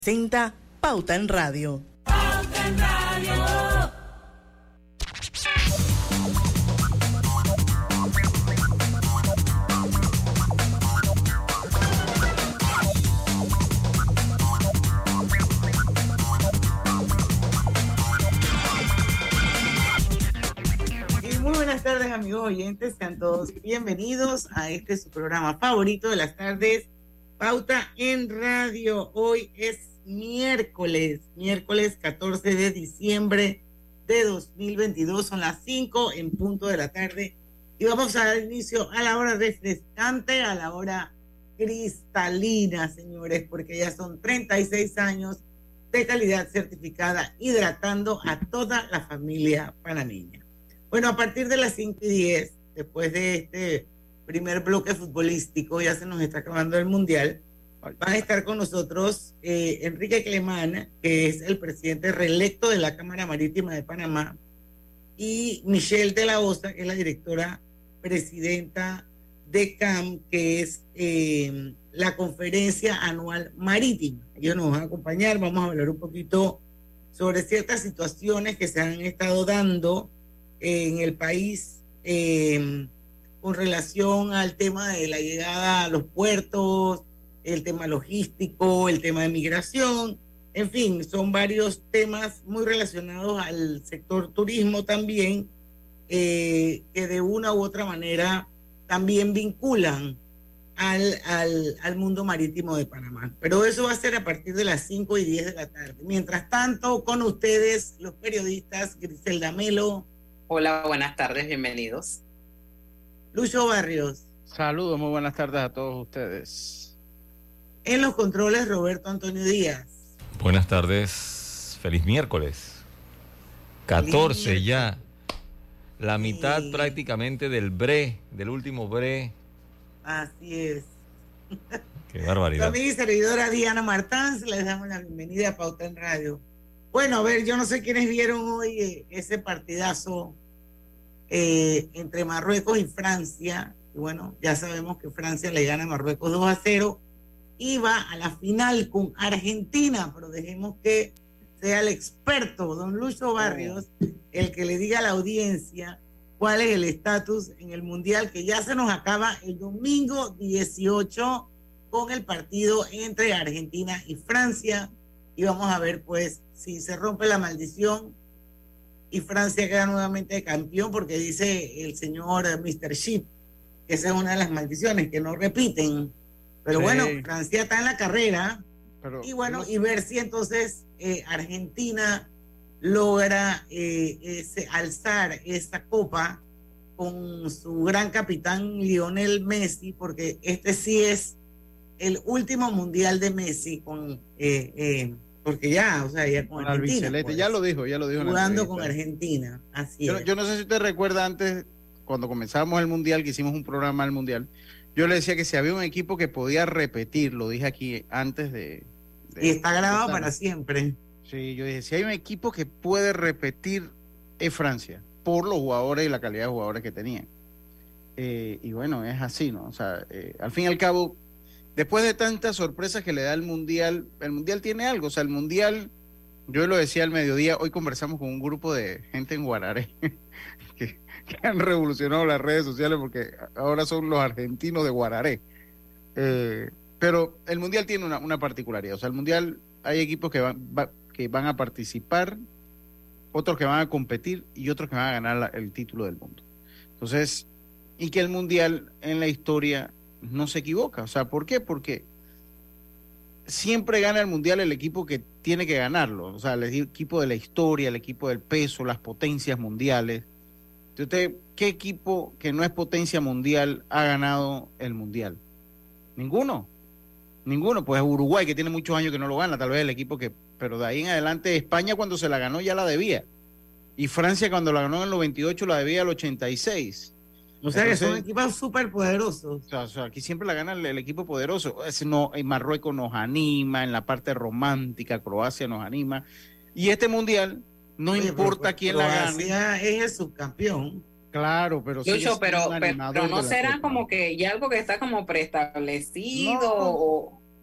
Presenta Pauta en Radio. Pauta en Radio. Muy buenas tardes, amigos oyentes, sean todos bienvenidos a este su programa favorito de las tardes, Pauta en Radio. Hoy es miércoles 14 de diciembre de 2022, son las 5 en punto de la tarde y vamos a dar inicio a la hora refrescante, a la hora cristalina, señores, porque ya son 36 años de calidad certificada, hidratando a toda la familia panameña. Bueno, a partir de las 5:10, después de este primer bloque futbolístico, ya se nos está acabando el Mundial, van a estar con nosotros Enrique Clemán, que es el presidente reelecto de la Cámara Marítima de Panamá, y Michelle de la Osa, que es la directora presidenta de CAM, que es la Conferencia Anual Marítima. Ellos nos van a acompañar, vamos a hablar un poquito sobre ciertas situaciones que se han estado dando en el país con relación al tema de la llegada a los puertos, el tema logístico, el tema de migración, en fin, son varios temas muy relacionados al sector turismo también, que de una u otra manera también vinculan al mundo marítimo de Panamá. Pero eso va a ser a partir de las 5:10 de la tarde. Mientras tanto, con ustedes, los periodistas, Griselda Melo. Hola, buenas tardes, bienvenidos. Lucho Barrios. Saludos, muy buenas tardes a todos ustedes. En los controles, Roberto Antonio Díaz. Buenas tardes, feliz miércoles. 14 feliz ya, la mitad sí, prácticamente del último BRE. Así es. Qué barbaridad. También mi servidora Diana Martán, les damos la bienvenida a Pauta en Radio. Bueno, a ver, yo no sé quiénes vieron hoy ese partidazo entre Marruecos y Francia. Y bueno, ya sabemos que Francia le gana a Marruecos 2-0 y va a la final con Argentina, pero dejemos que sea el experto, don Lucho Barrios, el que le diga a la audiencia cuál es el estatus en el Mundial, que ya se nos acaba el domingo 18 con el partido entre Argentina y Francia. Y vamos a ver, pues, si se rompe la maldición y Francia queda nuevamente campeón, porque dice el señor Mr. Chip que esa es una de las maldiciones, que no repiten. Pero sí, bueno, Francia está en la carrera. Pero, y bueno, y ver si entonces Argentina logra alzar esa copa con su gran capitán Lionel Messi, porque este sí es el último mundial de Messi con porque ya, o sea, ya con Argentina. Pues, ya lo dijo. Jugando con Argentina, así es. Yo no sé si usted recuerda antes, cuando comenzamos el mundial, que hicimos un programa del mundial, yo le decía que si había un equipo que podía repetir, lo dije aquí antes de y está grabado para siempre. Sí, yo dije, si hay un equipo que puede repetir, es Francia, por los jugadores y la calidad de jugadores que tenían. Y bueno, es así, ¿no? O sea, al fin y al cabo, después de tantas sorpresas que le da el Mundial tiene algo. O sea, el Mundial, yo lo decía al mediodía, hoy conversamos con un grupo de gente en Guararé que han revolucionado las redes sociales porque ahora son los argentinos de Guararé. Pero el Mundial tiene una particularidad. O sea, el Mundial hay equipos que van a participar, otros que van a competir y otros que van a ganar el título del mundo. Entonces, y que el Mundial en la historia no se equivoca. O sea, ¿por qué? Porque siempre gana el Mundial el equipo que tiene que ganarlo. O sea, el equipo de la historia, el equipo del peso, las potencias mundiales. Entonces, ¿qué equipo que no es potencia mundial ha ganado el Mundial? Ninguno, pues Uruguay, que tiene muchos años que no lo gana, tal vez el equipo pero de ahí en adelante España cuando se la ganó ya la debía, y Francia cuando la ganó en el 98 la debía al 86. O sea, entonces, que son equipos súper poderosos. O sea, aquí siempre la gana el equipo poderoso. En Marruecos nos anima, en la parte romántica, Croacia nos anima, y este Mundial no importa quién la gane. Croacia es el subcampeón. Claro, pero Lucho, pero no será como que ya algo que está como preestablecido.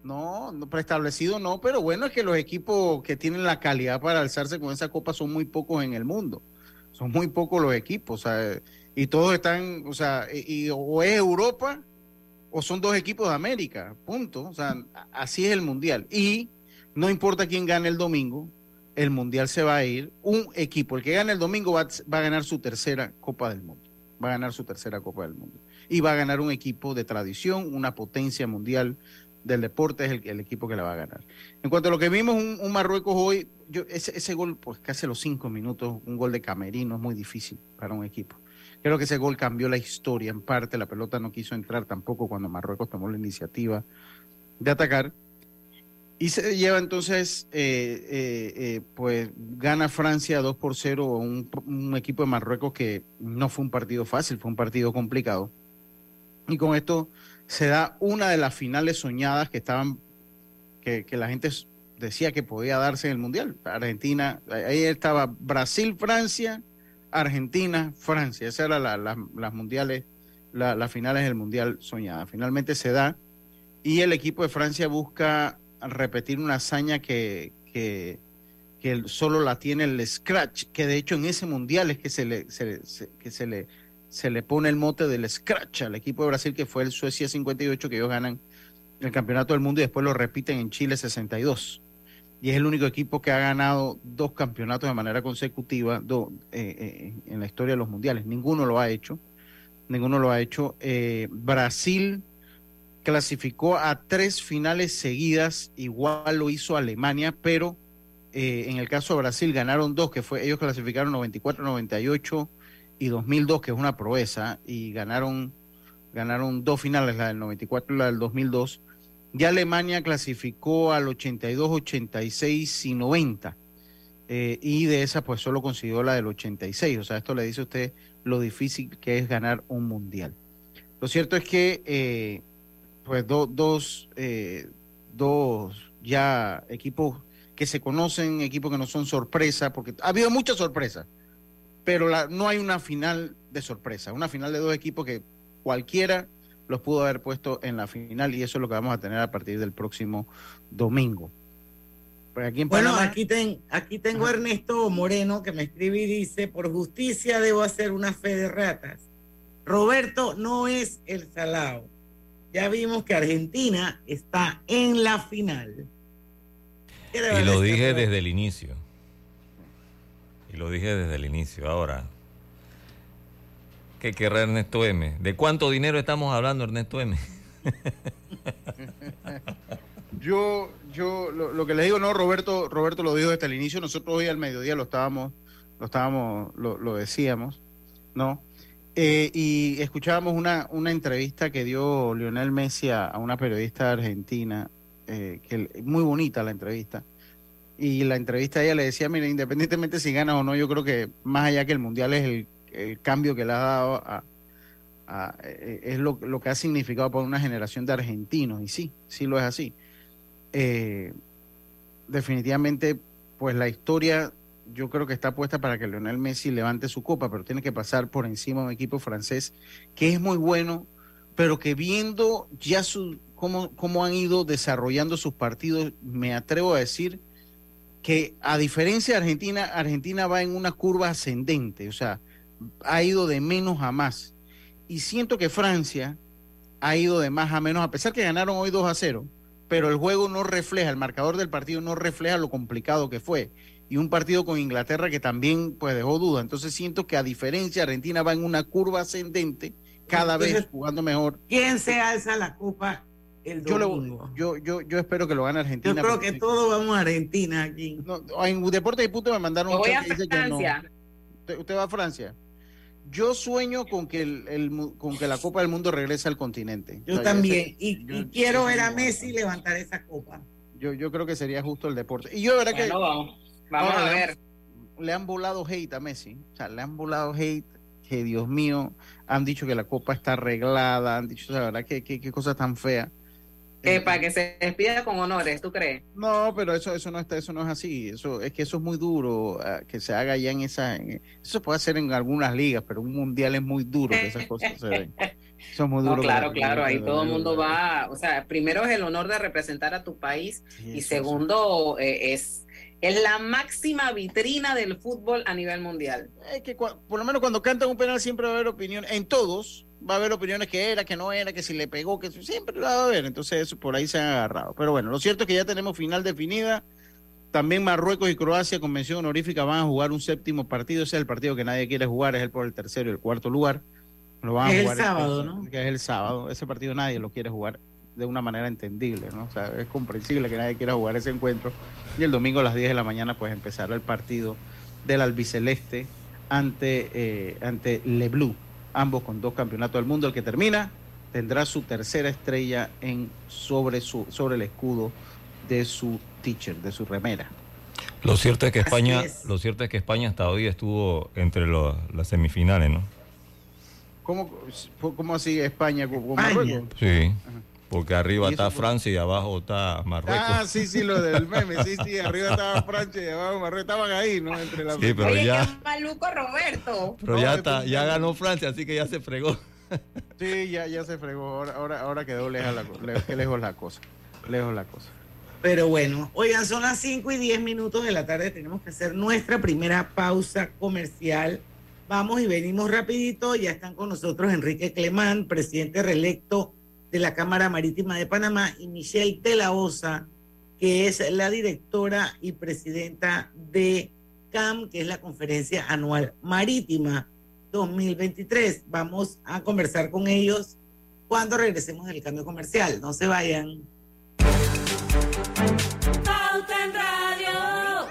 No, preestablecido no, pero bueno, es que los equipos que tienen la calidad para alzarse con esa copa son muy pocos en el mundo. Son muy pocos los equipos, o sea, y todos están, o sea, o es Europa o son dos equipos de América, punto. O sea, así es el Mundial. Y no importa quién gane el domingo, el Mundial se va a ir. Un equipo, el que gane el domingo va a ganar su tercera Copa del Mundo. Va a ganar su tercera Copa del Mundo. Y va a ganar un equipo de tradición, una potencia mundial del deporte, es el equipo que la va a ganar. En cuanto a lo que vimos, un Marruecos hoy, ese gol, pues casi a los 5 minutos, un gol de camerino es muy difícil para un equipo. Creo que ese gol cambió la historia en parte, la pelota no quiso entrar tampoco cuando Marruecos tomó la iniciativa de atacar. Y se lleva entonces, pues gana Francia 2-0, un equipo de Marruecos que no fue un partido fácil, fue un partido complicado. Y con esto se da una de las finales soñadas que la gente decía que podía darse en el Mundial. Argentina, ahí estaba Brasil, Francia, Argentina, Francia. Esas eran las mundiales, las finales del Mundial soñadas. Finalmente se da y el equipo de Francia busca repetir una hazaña que solo la tiene el Scratch, que de hecho en ese Mundial es que se le pone el mote del Scratch al equipo de Brasil, que fue el Suecia 58, que ellos ganan el campeonato del mundo y después lo repiten en Chile 62. Y es el único equipo que ha ganado 2 campeonatos de manera consecutiva en la historia de los mundiales. Ninguno lo ha hecho. Brasil clasificó a 3 finales seguidas, igual lo hizo Alemania, pero en el caso de Brasil ganaron 2, ellos clasificaron 94, 98 y 2002, que es una proeza, y ganaron 2 finales, la del 94 y la del 2002. Ya Alemania clasificó al 82, 86 y 90, y de esa pues solo consiguió la del 86. O sea, esto le dice a usted lo difícil que es ganar un mundial. Lo cierto es que pues dos ya equipos que se conocen, equipos que no son sorpresa, porque ha habido muchas sorpresas, pero no hay una final de sorpresa, una final de 2 equipos que cualquiera los pudo haber puesto en la final, y eso es lo que vamos a tener a partir del próximo domingo. Pues aquí en Panamá, aquí tengo a Ernesto Moreno que me escribe y dice: por justicia debo hacer una fe de ratas. Roberto no es el salado. Ya vimos que Argentina está en la final. Y lo dije desde el inicio. Ahora, ¿qué querrá Ernesto M? ¿De cuánto dinero estamos hablando, Ernesto M? Yo lo que les digo, no, Roberto lo dijo desde el inicio. Nosotros hoy al mediodía lo decíamos, ¿no? Y escuchábamos una entrevista que dio Lionel Messi a una periodista argentina, muy bonita la entrevista. Y la entrevista ella le decía: mira, independientemente si ganas o no, yo creo que más allá que el mundial es el cambio que le ha dado es lo que ha significado para una generación de argentinos. Y sí lo es así. Definitivamente, pues la historia yo creo que está puesta para que Lionel Messi levante su copa, pero tiene que pasar por encima de un equipo francés que es muy bueno, pero que viendo ya cómo han ido desarrollando sus partidos, me atrevo a decir que a diferencia de Argentina va en una curva ascendente, o sea, ha ido de menos a más. Y siento que Francia ha ido de más a menos, a pesar que ganaron hoy 2-0, pero el juego no refleja, el marcador del partido no refleja lo complicado que fue. Y un partido con Inglaterra que también pues dejó duda. Entonces siento que a diferencia, Argentina va en una curva ascendente, cada vez jugando mejor. ¿Quién se alza la copa el domingo? Yo espero que lo gane Argentina. Yo creo que todos vamos a Argentina aquí. No, en Deporte y Punto me mandaron un chat que dice que no. ¿Usted va a Francia? Yo sueño con que la Copa del Mundo regrese al continente. Yo también. Y quiero ver a Messi levantar esa copa. Yo creo que sería justo el deporte. Y yo, verdad que vamos a ver. Le han volado hate a Messi. O sea, le han volado hate que, Dios mío, han dicho que la copa está arreglada, han dicho, la verdad, qué cosa tan fea. Para que se despida con honores, ¿tú crees? No, pero eso no es así. Eso es muy duro que se haga ya eso se puede hacer en algunas ligas, pero un mundial es muy duro que esas cosas se den. Son muy duros. No, claro, ahí todo el mundo va, o sea, primero es el honor de representar a tu país y segundo es la máxima vitrina del fútbol a nivel mundial. Es que por lo menos cuando cantan un penal siempre va a haber opiniones, en todos va a haber opiniones que era, que no era, que si le pegó, que siempre va a haber, entonces eso, por ahí se han agarrado. Pero bueno, lo cierto es que ya tenemos final definida. También Marruecos y Croacia con mención honorífica van a jugar un séptimo partido. Ese es el partido que nadie quiere jugar, es el por el tercero y el cuarto lugar. Lo van a jugar el sábado, ¿no? Que es el sábado. Ese partido nadie lo quiere jugar de una manera entendible, ¿no? O sea, es comprensible que nadie quiera jugar ese encuentro. Y el domingo a las 10 de la mañana pues empezará el partido del albiceleste ante Le Bleu, ambos con 2 campeonatos del mundo. El que termina tendrá su tercera estrella sobre el escudo de su teacher, de su remera. Lo cierto es que España hasta hoy estuvo entre las semifinales, ¿no? ¿Cómo así España con Marruecos? Sí, porque arriba está Francia y abajo está Marruecos. Ah, sí, lo del meme, sí, arriba estaba Francia y abajo Marruecos, estaban ahí, ¿no? Entre las... Sí, pero oye, ya... qué maluco Roberto. Pero ya ganó Francia, así que ya se fregó. Sí, ya se fregó, ahora quedó lejos la cosa. Pero bueno, oigan, son las 5:10 de la tarde, tenemos que hacer nuestra primera pausa comercial. Vamos y venimos rapidito, ya están con nosotros Enrique Clemán, presidente reelecto de la Cámara Marítima de Panamá, y Michelle de la Osa, que es la directora y presidenta de CAM, que es la Conferencia Anual Marítima 2023. Vamos a conversar con ellos cuando regresemos del cambio comercial. No se vayan. Pauta en Radio.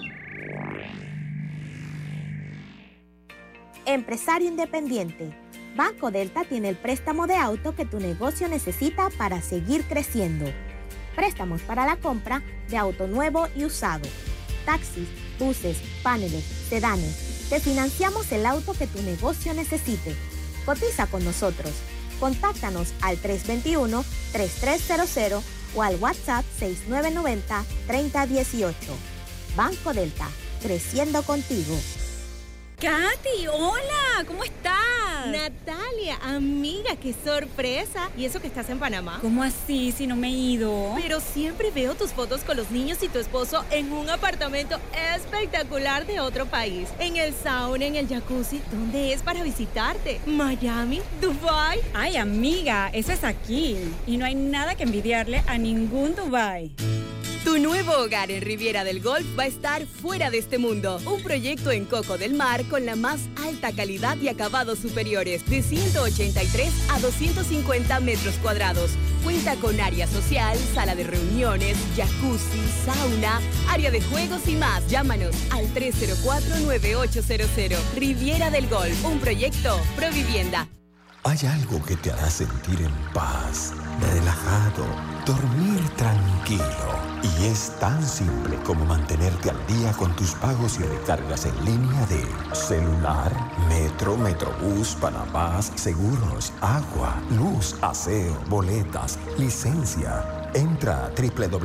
Empresario independiente. Banco Delta tiene el préstamo de auto que tu negocio necesita para seguir creciendo. Préstamos para la compra de auto nuevo y usado. Taxis, buses, paneles, sedanes. Te financiamos el auto que tu negocio necesite. Cotiza con nosotros. Contáctanos al 321-3300 o al WhatsApp 6990-3018. Banco Delta, creciendo contigo. Katy, hola, ¿cómo estás? Natalia, amiga, qué sorpresa. ¿Y eso que estás en Panamá? ¿Cómo así si no me he ido? Pero siempre veo tus fotos con los niños y tu esposo en un apartamento espectacular de otro país. En el sauna, en el jacuzzi. ¿Dónde es para visitarte? ¿Miami? ¿Dubái? Ay, amiga, eso es aquí. Y no hay nada que envidiarle a ningún Dubái. Tu nuevo hogar en Riviera del Golf va a estar fuera de este mundo. Un proyecto en Coco del Mar con la más alta calidad y acabados superiores, de 183 a 250 metros cuadrados. Cuenta con área social, sala de reuniones, jacuzzi, sauna, área de juegos y más. Llámanos al 304-9800. Riviera del Golf, un proyecto Provivienda. Hay algo que te hará sentir en paz, relajado, dormir tranquilo. Y es tan simple como mantenerte al día con tus pagos y recargas en línea de celular, Metro, Metrobús, Panapaz, seguros, agua, luz, aseo, boletas, licencia. Entra a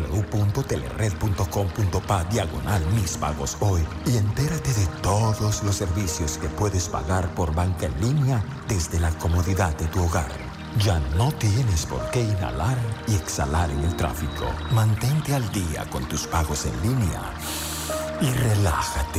www.telered.com.pa/mis pagos hoy y entérate de todos los servicios que puedes pagar por banca en línea desde la comodidad de tu hogar. Ya no tienes por qué inhalar y exhalar en el tráfico. Mantente al día con tus pagos en línea y relájate.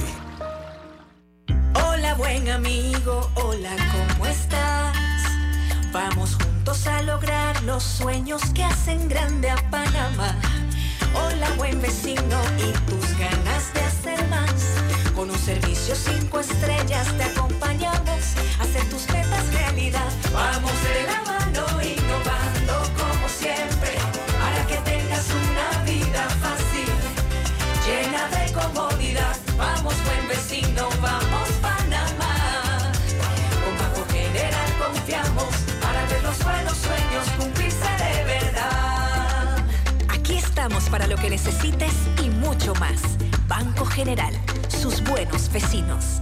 Hola, buen amigo, hola, ¿cómo estás? Vamos juntos a lograr los sueños que hacen grande a Panamá. Hola, buen vecino, y tus ganas de hacer más. Con un servicio 5 estrellas te acompañamos a hacer tus metas realidad. Vamos de la mano innovando como siempre, para que tengas una vida fácil, llena de comodidad. Vamos, buen vecino, vamos Panamá. Con Banco General confiamos para ver los buenos sueños cumplirse de verdad. Aquí estamos para lo que necesites y mucho más. Banco General, sus buenos vecinos.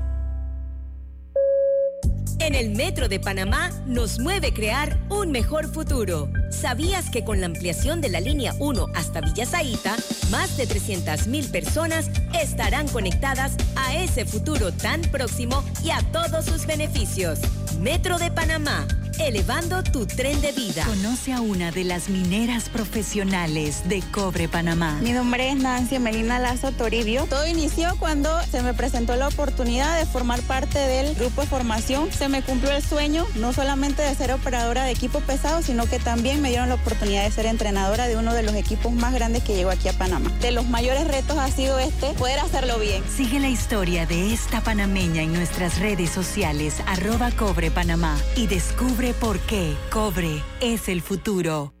En el Metro de Panamá nos mueve crear un mejor futuro. ¿Sabías que con la ampliación de la línea 1 hasta Villa Zaita, más de 300,000 personas estarán conectadas a ese futuro tan próximo y a todos sus beneficios? Metro de Panamá, elevando tu tren de vida. Conoce a una de las mineras profesionales de Cobre Panamá. Mi nombre es Nancy Melina Lazo Toribio. Todo inició cuando se me presentó la oportunidad de formar parte del grupo de formación. Se me cumplió el sueño, no solamente de ser operadora de equipo pesado, sino que también me dieron la oportunidad de ser entrenadora de uno de los equipos más grandes que llegó aquí a Panamá. De los mayores retos ha sido poder hacerlo bien. Sigue la historia de esta panameña en nuestras redes sociales, @Cobre Panamá, y descubre por qué Cobre es el futuro.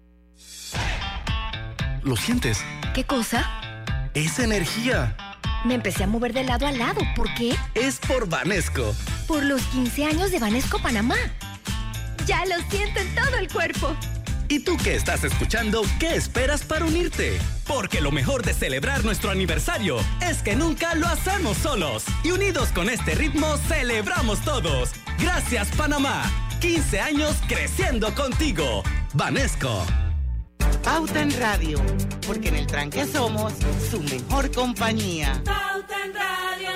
¿Lo sientes? ¿Qué cosa? Es energía. Me empecé a mover de lado a lado. ¿Por qué? Es por Banesco. Por los 15 años de Banesco Panamá. Ya lo siento en todo el cuerpo. ¿Y tú que estás escuchando, qué esperas para unirte? Porque lo mejor de celebrar nuestro aniversario es que nunca lo hacemos solos. Y unidos con este ritmo, celebramos todos. Gracias, Panamá. 15 años creciendo contigo. Banesco. Pauta en Radio, porque en el tranque somos su mejor compañía. Pauta en Radio.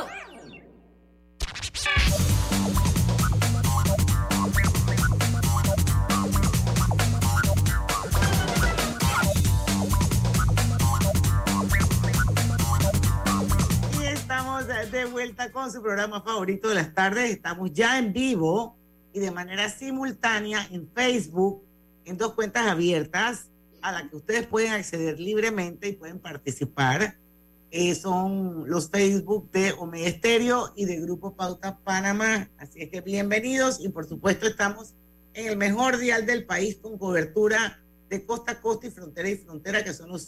Y estamos de vuelta con su programa favorito de las tardes. Estamos ya en vivo y de manera simultánea en Facebook, en 2 cuentas abiertas a las que ustedes pueden acceder libremente y pueden participar. Son los Facebook de Omega Estéreo y de Grupo Pauta Panamá. Así es que bienvenidos, y por supuesto estamos en el mejor dial del país con cobertura de costa a costa y frontera, que son los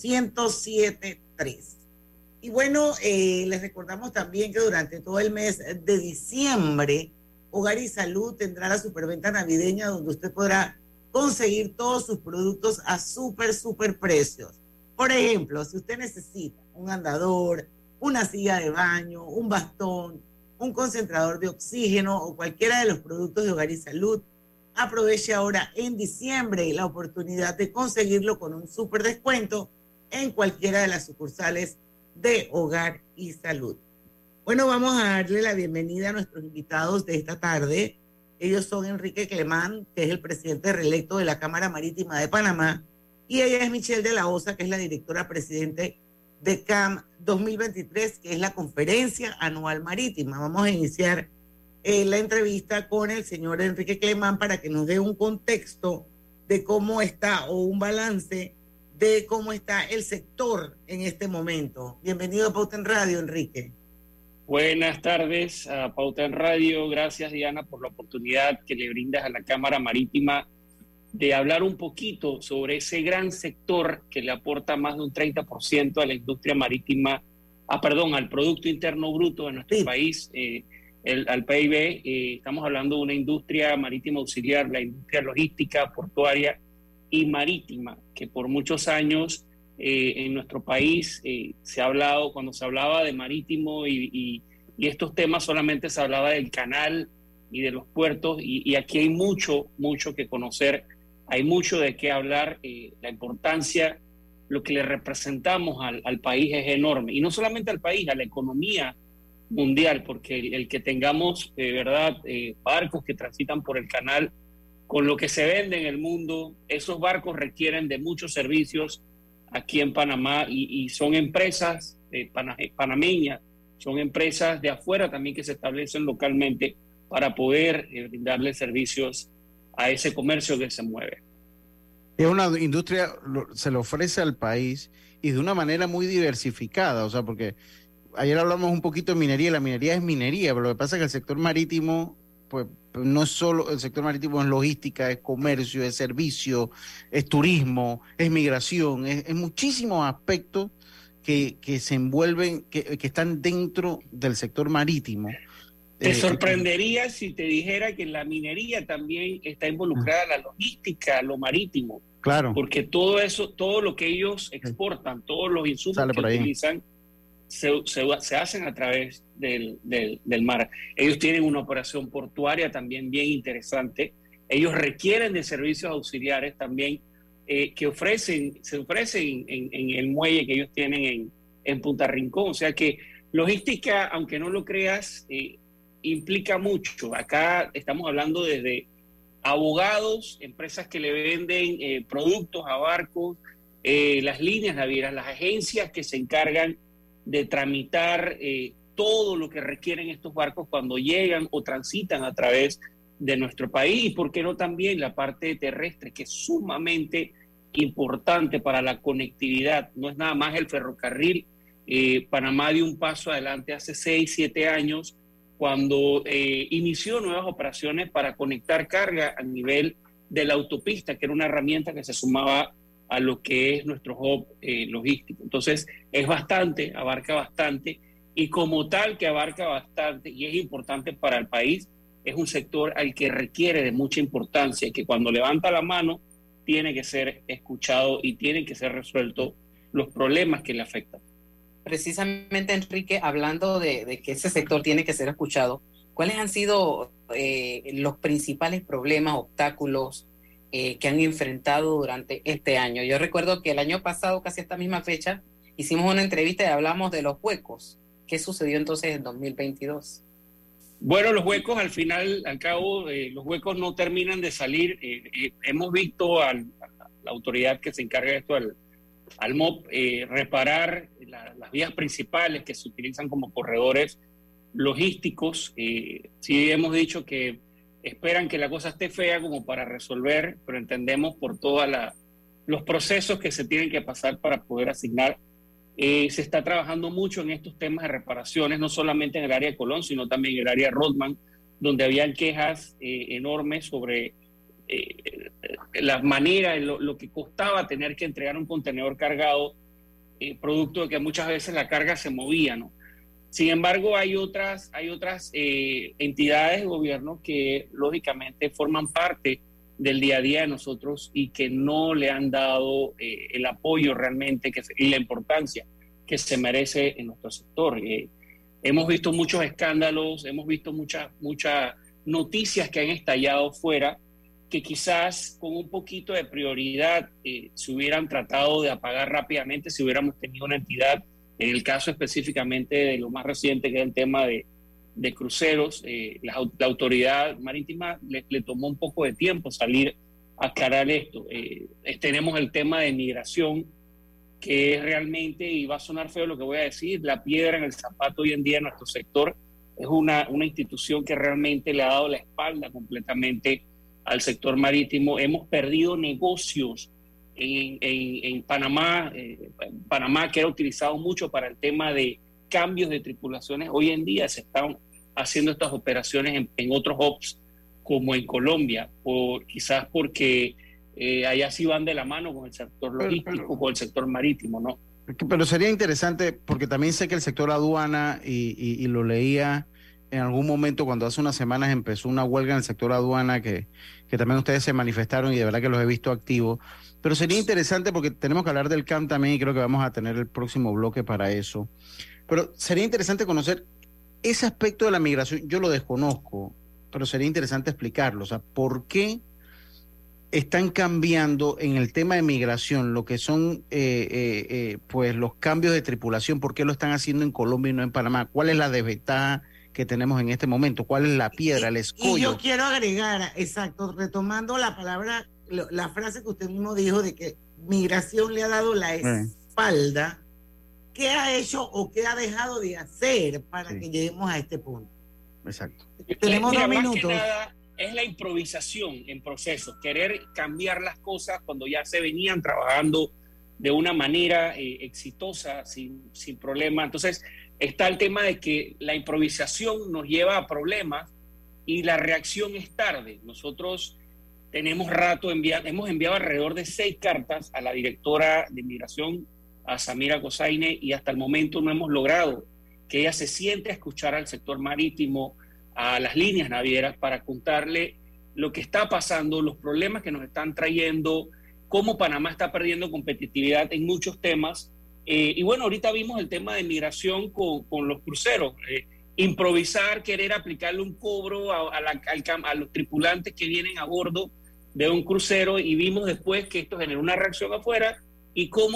107.3. Y bueno, les recordamos también que durante todo el mes de diciembre, Hogar y Salud tendrá la superventa navideña, donde usted podrá conseguir todos sus productos a súper precios. Por ejemplo, si usted necesita un andador, una silla de baño, un bastón, un concentrador de oxígeno o cualquiera de los productos de Hogar y Salud, aproveche ahora en diciembre la oportunidad de conseguirlo con un súper descuento en cualquiera de las sucursales de Hogar y Salud. Bueno, vamos a darle la bienvenida a nuestros invitados de esta tarde. Ellos son Enrique Clemán, que es el presidente reelecto de la Cámara Marítima de Panamá, y ella es Michelle de la Osa, que es la directora presidente de CAM 2023, que es la Conferencia Anual Marítima. Vamos a iniciar la entrevista con el señor Enrique Clemán para que nos dé un contexto de cómo está, o un balance de cómo está el sector en este momento. Bienvenido a Pauta en Radio, Enrique. Buenas tardes a Pauta en Radio. Gracias, Diana, por la oportunidad que le brindas a la Cámara Marítima de hablar un poquito sobre ese gran sector que le aporta más de un 30% a la industria marítima, al Producto Interno Bruto de nuestro país, al PIB. Estamos hablando de una industria marítima auxiliar, la industria logística, portuaria y marítima, que por muchos años en nuestro país se ha hablado, cuando se hablaba de marítimo y estos temas, solamente se hablaba del canal y de los puertos, y aquí hay mucho que conocer, hay mucho de qué hablar. La importancia, lo que le representamos al país es enorme, y no solamente al país, a la economía mundial, porque el que tengamos de verdad barcos que transitan por el canal, con lo que se vende en el mundo, esos barcos requieren de muchos servicios aquí en Panamá, y son empresas panameñas, son empresas de afuera también que se establecen localmente para poder brindarle servicios a ese comercio que se mueve. Es una industria, se le ofrece al país, y de una manera muy diversificada, o sea, porque ayer hablamos un poquito de minería, y la minería es minería, pero lo que pasa es que el sector marítimo, pues no es solo el sector marítimo, es logística, es comercio, es servicio, es turismo, es migración, es muchísimos aspectos que se envuelven, que están dentro del sector marítimo. Te sorprendería si te dijera que la minería también está involucrada en la logística, lo marítimo. Claro. Porque todo eso, todo lo que ellos exportan, todos los insumos que utilizan, se hacen a través del mar. Ellos tienen una operación portuaria también bien interesante. Ellos requieren de servicios auxiliares también que se ofrecen en el muelle que ellos tienen en Punta Rincón. O sea que logística, aunque no lo creas, implica mucho. Acá estamos hablando desde abogados, empresas que le venden productos a barcos, las líneas navieras, las agencias que se encargan de tramitar todo lo que requieren estos barcos cuando llegan o transitan a través de nuestro país, y por qué no también la parte terrestre, que es sumamente importante para la conectividad. No es nada más el ferrocarril. Panamá dio un paso adelante hace 6, 7 años cuando inició nuevas operaciones para conectar carga a nivel de la autopista, que era una herramienta que se sumaba a lo que es nuestro hub logístico. Entonces, es bastante, abarca bastante, y como tal que abarca bastante y es importante para el país, es un sector al que requiere de mucha importancia y que cuando levanta la mano tiene que ser escuchado y tienen que ser resueltos los problemas que le afectan. Precisamente, Enrique, hablando de que ese sector tiene que ser escuchado, ¿cuáles han sido los principales problemas, obstáculos que han enfrentado durante este año? Yo recuerdo que el año pasado, casi a esta misma fecha, hicimos una entrevista y hablamos de los huecos. ¿Qué sucedió entonces en 2022? Bueno, los huecos, al final, al cabo, los huecos no terminan de salir. Hemos visto a la autoridad que se encarga de esto, al MOP, reparar las vías principales que se utilizan como corredores logísticos. Sí hemos dicho que esperan que la cosa esté fea como para resolver, pero entendemos por todos los procesos que se tienen que pasar para poder asignar. Se está trabajando mucho en estos temas de reparaciones, no solamente en el área de Colón, sino también en el área de Rodman, donde habían quejas enormes sobre la manera, lo que costaba tener que entregar un contenedor cargado, producto de que muchas veces la carga se movía, ¿no? Sin embargo, hay otras entidades de gobierno que lógicamente forman parte del día a día de nosotros y que no le han dado el apoyo realmente y la importancia que se merece en nuestro sector. Hemos visto muchos escándalos, hemos visto muchas noticias que han estallado fuera, que quizás con un poquito de prioridad se hubieran tratado de apagar rápidamente si hubiéramos tenido una entidad, en el caso específicamente de lo más reciente, que es el tema de cruceros. La autoridad marítima le tomó un poco de tiempo salir a aclarar esto. Tenemos el tema de migración, que es realmente, y va a sonar feo lo que voy a decir, la piedra en el zapato hoy en día en nuestro sector. Es una institución que realmente le ha dado la espalda completamente al sector marítimo. Hemos perdido negocios en Panamá. Panamá, que era utilizado mucho para el tema de cambios de tripulaciones, hoy en día se están haciendo estas operaciones en otros hubs como en Colombia, quizás porque allá sí van de la mano con el sector logístico, con el sector marítimo, ¿no? Pero sería interesante, porque también sé que el sector aduana, y lo leía en algún momento cuando hace unas semanas empezó una huelga en el sector aduana que también ustedes se manifestaron y de verdad que los he visto activos. Pero sería interesante porque tenemos que hablar del CAM también y creo que vamos a tener el próximo bloque para eso. Pero sería interesante conocer ese aspecto de la migración. Yo lo desconozco, pero sería interesante explicarlo. O sea, ¿por qué están cambiando en el tema de migración lo que son pues los cambios de tripulación? ¿Por qué lo están haciendo en Colombia y no en Panamá? ¿Cuál es la desventaja que tenemos en este momento? ¿Cuál es la piedra, el escollo? Y yo quiero agregar, exacto, retomando la palabra, la frase que usted mismo dijo de que migración le ha dado la espalda. ¿Qué ha hecho o qué ha dejado de hacer para que lleguemos a este punto? Exacto. Tenemos 2 minutos. Más que nada es la improvisación en procesos, querer cambiar las cosas cuando ya se venían trabajando de una manera exitosa, sin problema. Entonces, está el tema de que la improvisación nos lleva a problemas y la reacción es tarde. Nosotros tenemos hemos enviado alrededor de 6 cartas a la directora de Migración, a Samira Cosaine, y hasta el momento no hemos logrado que ella se siente a escuchar al sector marítimo, a las líneas navieras, para contarle lo que está pasando, los problemas que nos están trayendo, cómo Panamá está perdiendo competitividad en muchos temas. Y bueno, ahorita vimos el tema de migración con los cruceros. Improvisar, querer aplicarle un cobro a los tripulantes que vienen a bordo de un crucero, y vimos después que esto generó una reacción afuera y cómo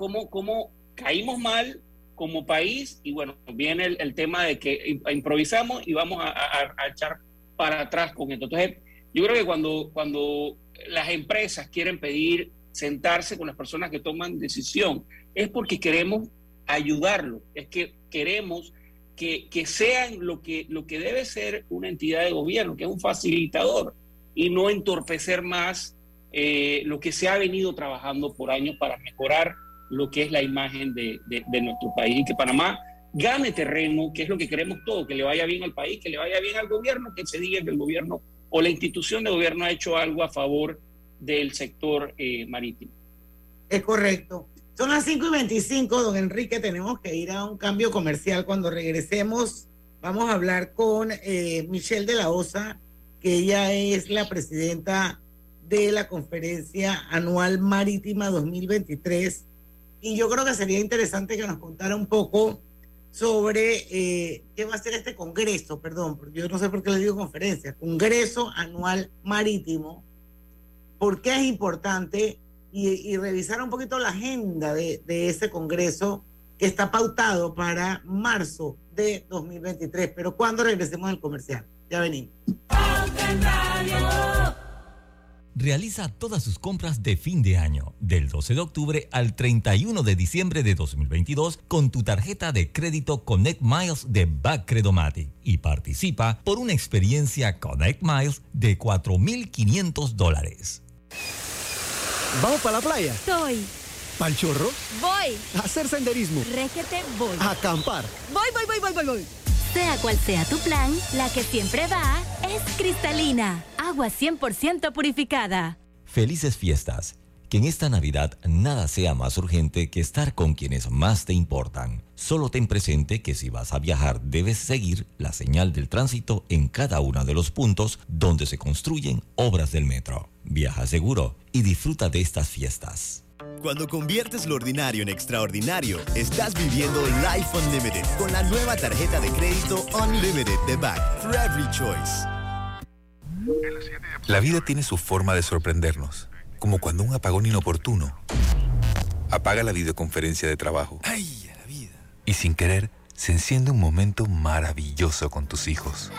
caímos mal como país. Y bueno, viene el tema de que improvisamos y vamos a echar para atrás con esto. Entonces, Yo creo que cuando las empresas quieren sentarse con las personas que toman decisión, es porque queremos ayudarlos, es que queremos que sean lo que debe ser una entidad de gobierno, que es un facilitador, y no entorpecer más lo que se ha venido trabajando por años para mejorar lo que es la imagen de nuestro país, y que Panamá gane terreno, que es lo que queremos todos, que le vaya bien al país, que le vaya bien al gobierno, que se diga que el gobierno o la institución de gobierno ha hecho algo a favor del sector marítimo. Es correcto. Son las 5:25, don Enrique, tenemos que ir a un cambio comercial. Cuando regresemos vamos a hablar con Michelle de la Osa, que ella es la presidenta de la Conferencia Anual Marítima 2023, y yo creo que sería interesante que nos contara un poco sobre qué va a ser este congreso, porque yo no sé por qué le digo conferencia, Congreso Anual Marítimo, por qué es importante, y revisar un poquito la agenda de ese congreso que está pautado para marzo de 2023, pero cuando regresemos al comercial. Ya venimos. Realiza todas sus compras de fin de año, del 12 de octubre al 31 de diciembre de 2022, con tu tarjeta de crédito Connect Miles de Backcredomatic y participa por una experiencia Connect Miles de $4,500. ¿Vamos para la playa? Soy. ¿Pa'l chorro? Voy. ¿A hacer senderismo? Régete, voy. ¿A acampar? Voy. Sea cual sea tu plan, la que siempre va es cristalina. Agua 100% purificada. Felices fiestas. Que en esta Navidad nada sea más urgente que estar con quienes más te importan. Solo ten presente que si vas a viajar debes seguir la señal del tránsito en cada uno de los puntos donde se construyen obras del metro. Viaja seguro y disfruta de estas fiestas. Cuando conviertes lo ordinario en extraordinario, estás viviendo Life Unlimited con la nueva tarjeta de crédito Unlimited de BAC for Every Choice. La vida tiene su forma de sorprendernos, como cuando un apagón inoportuno apaga la videoconferencia de trabajo. ¡Ay, a la vida! Y sin querer, se enciende un momento maravilloso con tus hijos.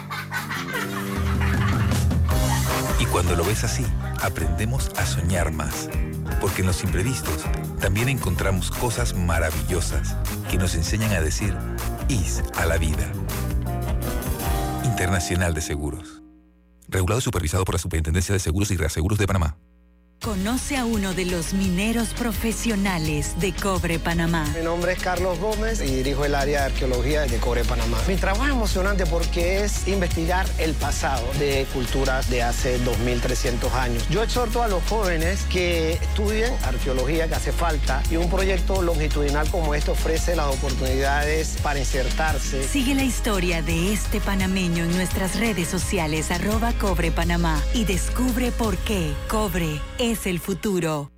Y cuando lo ves así, aprendemos a soñar más. Porque en los imprevistos también encontramos cosas maravillosas que nos enseñan a decir IS a la vida. Internacional de Seguros. Regulado y supervisado por la Superintendencia de Seguros y Reaseguros de Panamá. Conoce a uno de los mineros profesionales de Cobre Panamá. Mi nombre es Carlos Gómez y dirijo el área de arqueología de Cobre Panamá. Mi trabajo es emocionante porque es investigar el pasado de culturas de hace 2.300 años. Yo exhorto a los jóvenes que estudien arqueología, que hace falta, y un proyecto longitudinal como este ofrece las oportunidades para insertarse. Sigue la historia de este panameño en nuestras redes sociales @CobrePanamá y descubre por qué Cobre es el futuro.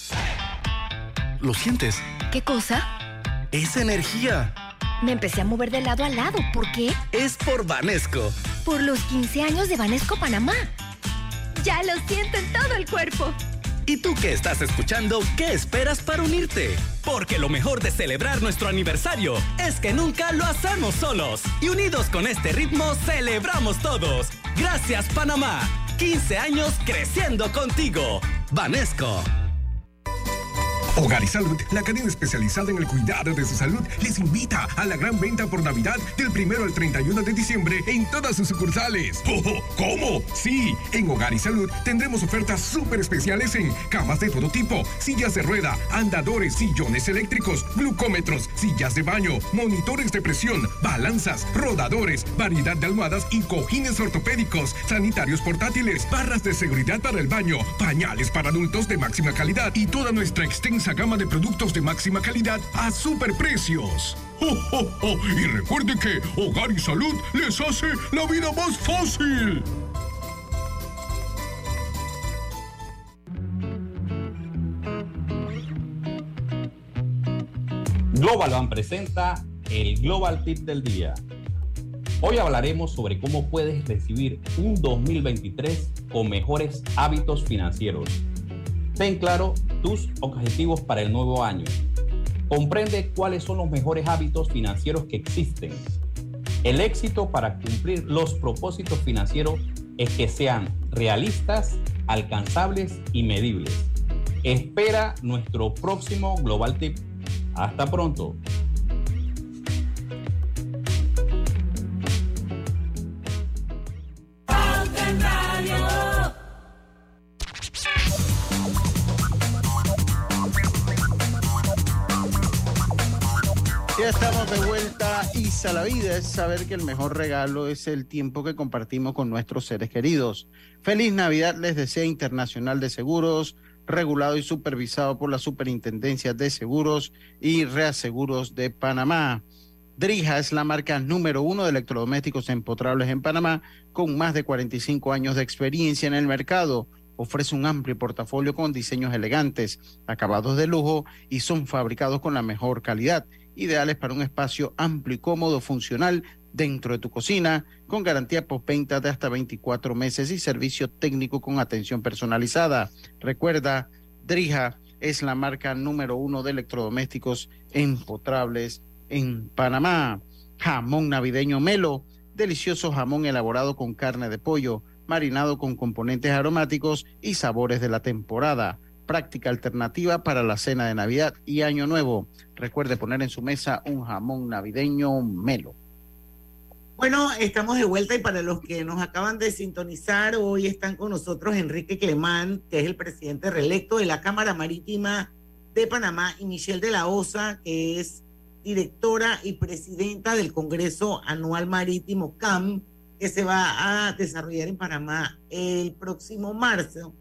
¿Lo sientes? ¿Qué cosa? ¡Es energía! Me empecé a mover de lado a lado. ¿Por qué? Es por Banesco. Por los 15 años de Banesco Panamá. Ya lo siento en todo el cuerpo. ¿Y tú que estás escuchando, qué esperas para unirte? Porque lo mejor de celebrar nuestro aniversario es que nunca lo hacemos solos. Y unidos con este ritmo, celebramos todos. Gracias, Panamá. 15 años creciendo contigo. Banesco. Hogar y Salud, la cadena especializada en el cuidado de su salud, les invita a la gran venta por Navidad del 1 al 31 de diciembre en todas sus sucursales. ¿Cómo? Sí, en Hogar y Salud tendremos ofertas súper especiales en camas de todo tipo, sillas de rueda, andadores, sillones eléctricos, glucómetros, sillas de baño, monitores de presión, balanzas, rodadores, variedad de almohadas y cojines ortopédicos, sanitarios portátiles, barras de seguridad para el baño, pañales para adultos de máxima calidad y toda nuestra extensa gama de productos de máxima calidad a superprecios. Y recuerde que Hogar y Salud les hace la vida más fácil. Global Bank presenta el Global Tip del Día. Hoy hablaremos sobre cómo puedes recibir un 2023 con mejores hábitos financieros. Ten claro tus objetivos para el nuevo año. Comprende cuáles son los mejores hábitos financieros que existen. El éxito para cumplir los propósitos financieros es que sean realistas, alcanzables y medibles. Espera nuestro próximo Global Tip. Hasta pronto. Ya estamos de vuelta. Isa, la vida es saber que el mejor regalo es el tiempo que compartimos con nuestros seres queridos. Feliz Navidad les desea Internacional de Seguros, regulado y supervisado por la Superintendencia de Seguros y Reaseguros de Panamá. Drija es la marca número 1 de electrodomésticos empotrables en Panamá, con más de 45 años de experiencia en el mercado. Ofrece un amplio portafolio con diseños elegantes, acabados de lujo y son fabricados con la mejor calidad, ideales para un espacio amplio y cómodo, funcional dentro de tu cocina, con garantía postventa de hasta 24 meses y servicio técnico con atención personalizada. Recuerda, Drija es la marca número 1 de electrodomésticos empotrables en Panamá. Jamón navideño Melo, delicioso jamón elaborado con carne de pollo, marinado con componentes aromáticos y sabores de la temporada. Práctica alternativa para la cena de Navidad y Año Nuevo. Recuerde poner en su mesa un jamón navideño Melo. Bueno, estamos de vuelta y para los que nos acaban de sintonizar, hoy están con nosotros Enrique Clemán, que es el presidente reelecto de la Cámara Marítima de Panamá, y Michelle de la Osa, que es directora y presidenta del Congreso Anual Marítimo CAM, que se va a desarrollar en Panamá el próximo marzo.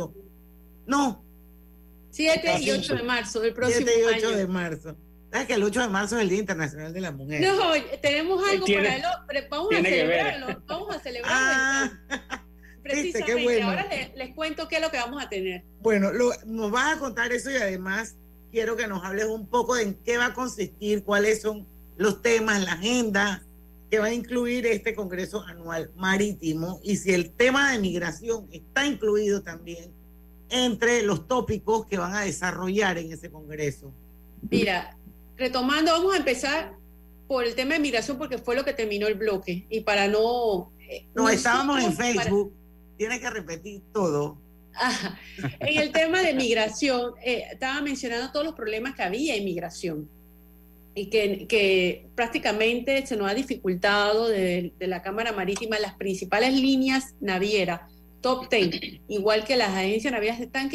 7 y 8 de marzo del próximo 7 y 8 año. de marzo. ¿Sabes que el 8 de marzo es el Día Internacional de la Mujer? No, tenemos algo para él. Vamos a celebrarlo. Vamos a celebrarlo. Precisamente. Qué bueno. Ahora les cuento qué es lo que vamos a tener. Bueno, nos vas a contar eso y además quiero que nos hables un poco de en qué va a consistir, cuáles son los temas, la agenda que va a incluir este Congreso Anual Marítimo y si el tema de migración está incluido también entre los tópicos que van a desarrollar en ese Congreso. Mira, retomando, vamos a empezar por el tema de migración porque fue lo que terminó el bloque y para no... estábamos en Facebook, tienes que repetir todo. En el tema de migración, estaba mencionando todos los problemas que había en migración y que prácticamente se nos ha dificultado de la Cámara Marítima las principales líneas navieras, top 10, igual que las agencias navieras se están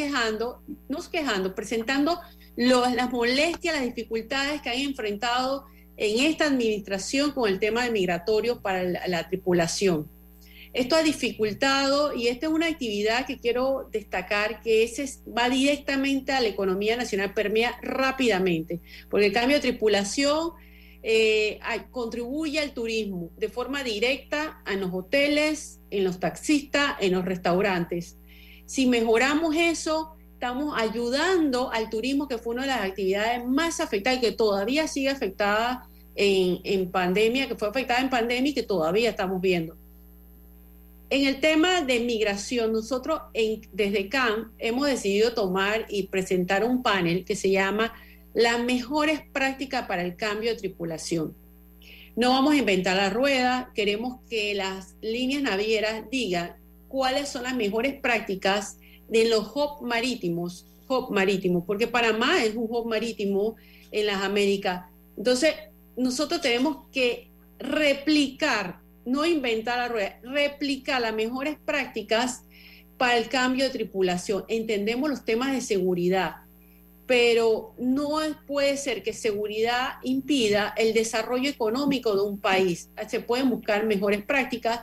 presentando las molestias, las dificultades que han enfrentado en esta administración con el tema de migratorio para la tripulación. Esto ha dificultado y esta es una actividad que quiero destacar que va directamente a la economía nacional, permea rápidamente, porque el cambio de tripulación contribuye al turismo de forma directa en los hoteles, en los taxistas, en los restaurantes. Si mejoramos eso, estamos ayudando al turismo, que fue una de las actividades más afectadas y que todavía sigue afectada en pandemia, que fue afectada en pandemia y que todavía estamos viendo. En el tema de migración, nosotros desde CAM hemos decidido tomar y presentar un panel que se llama Las mejores prácticas para el cambio de tripulación. No vamos a inventar la rueda, queremos que las líneas navieras digan cuáles son las mejores prácticas de los hub marítimos, porque Panamá es un hub marítimo en las Américas. Entonces, nosotros tenemos que replicar, no inventar la rueda, replicar las mejores prácticas para el cambio de tripulación. Entendemos los temas de seguridad, pero no puede ser que seguridad impida el desarrollo económico de un país. Se pueden buscar mejores prácticas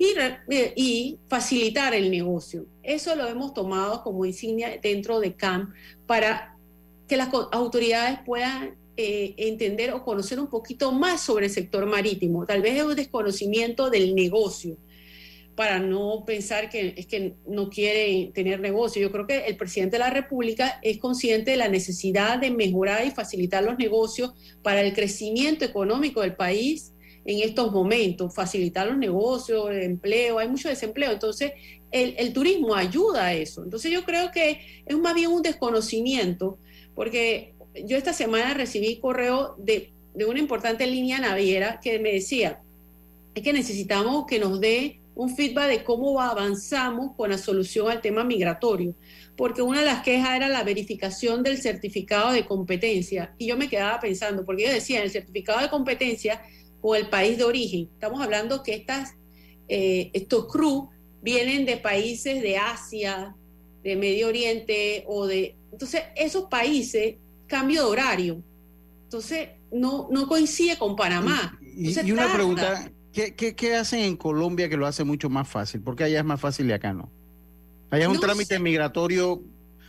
y facilitar el negocio. Eso lo hemos tomado como insignia dentro de CAM para que las autoridades puedan entender o conocer un poquito más sobre el sector marítimo. Tal vez es un desconocimiento del negocio, para no pensar que es que no quieren tener negocio. Yo creo que el presidente de la República es consciente de la necesidad de mejorar y facilitar los negocios para el crecimiento económico del país en estos momentos, facilitar los negocios, el empleo, hay mucho desempleo, entonces el turismo ayuda a eso. Entonces yo creo que es más bien un desconocimiento, porque yo esta semana recibí correo de una importante línea naviera que me decía, es que necesitamos que nos dé un feedback de cómo avanzamos con la solución al tema migratorio, porque una de las quejas era la verificación del certificado de competencia, y yo me quedaba pensando, porque yo decía, el certificado de competencia con el país de origen, estamos hablando que estos crew vienen de países de Asia, de Medio Oriente, entonces esos países, cambio de horario, entonces no coincide con Panamá. Y una pregunta, ¿qué hacen en Colombia que lo hace mucho más fácil? ¿Por qué allá es más fácil y acá no? Allá es un trámite migratorio,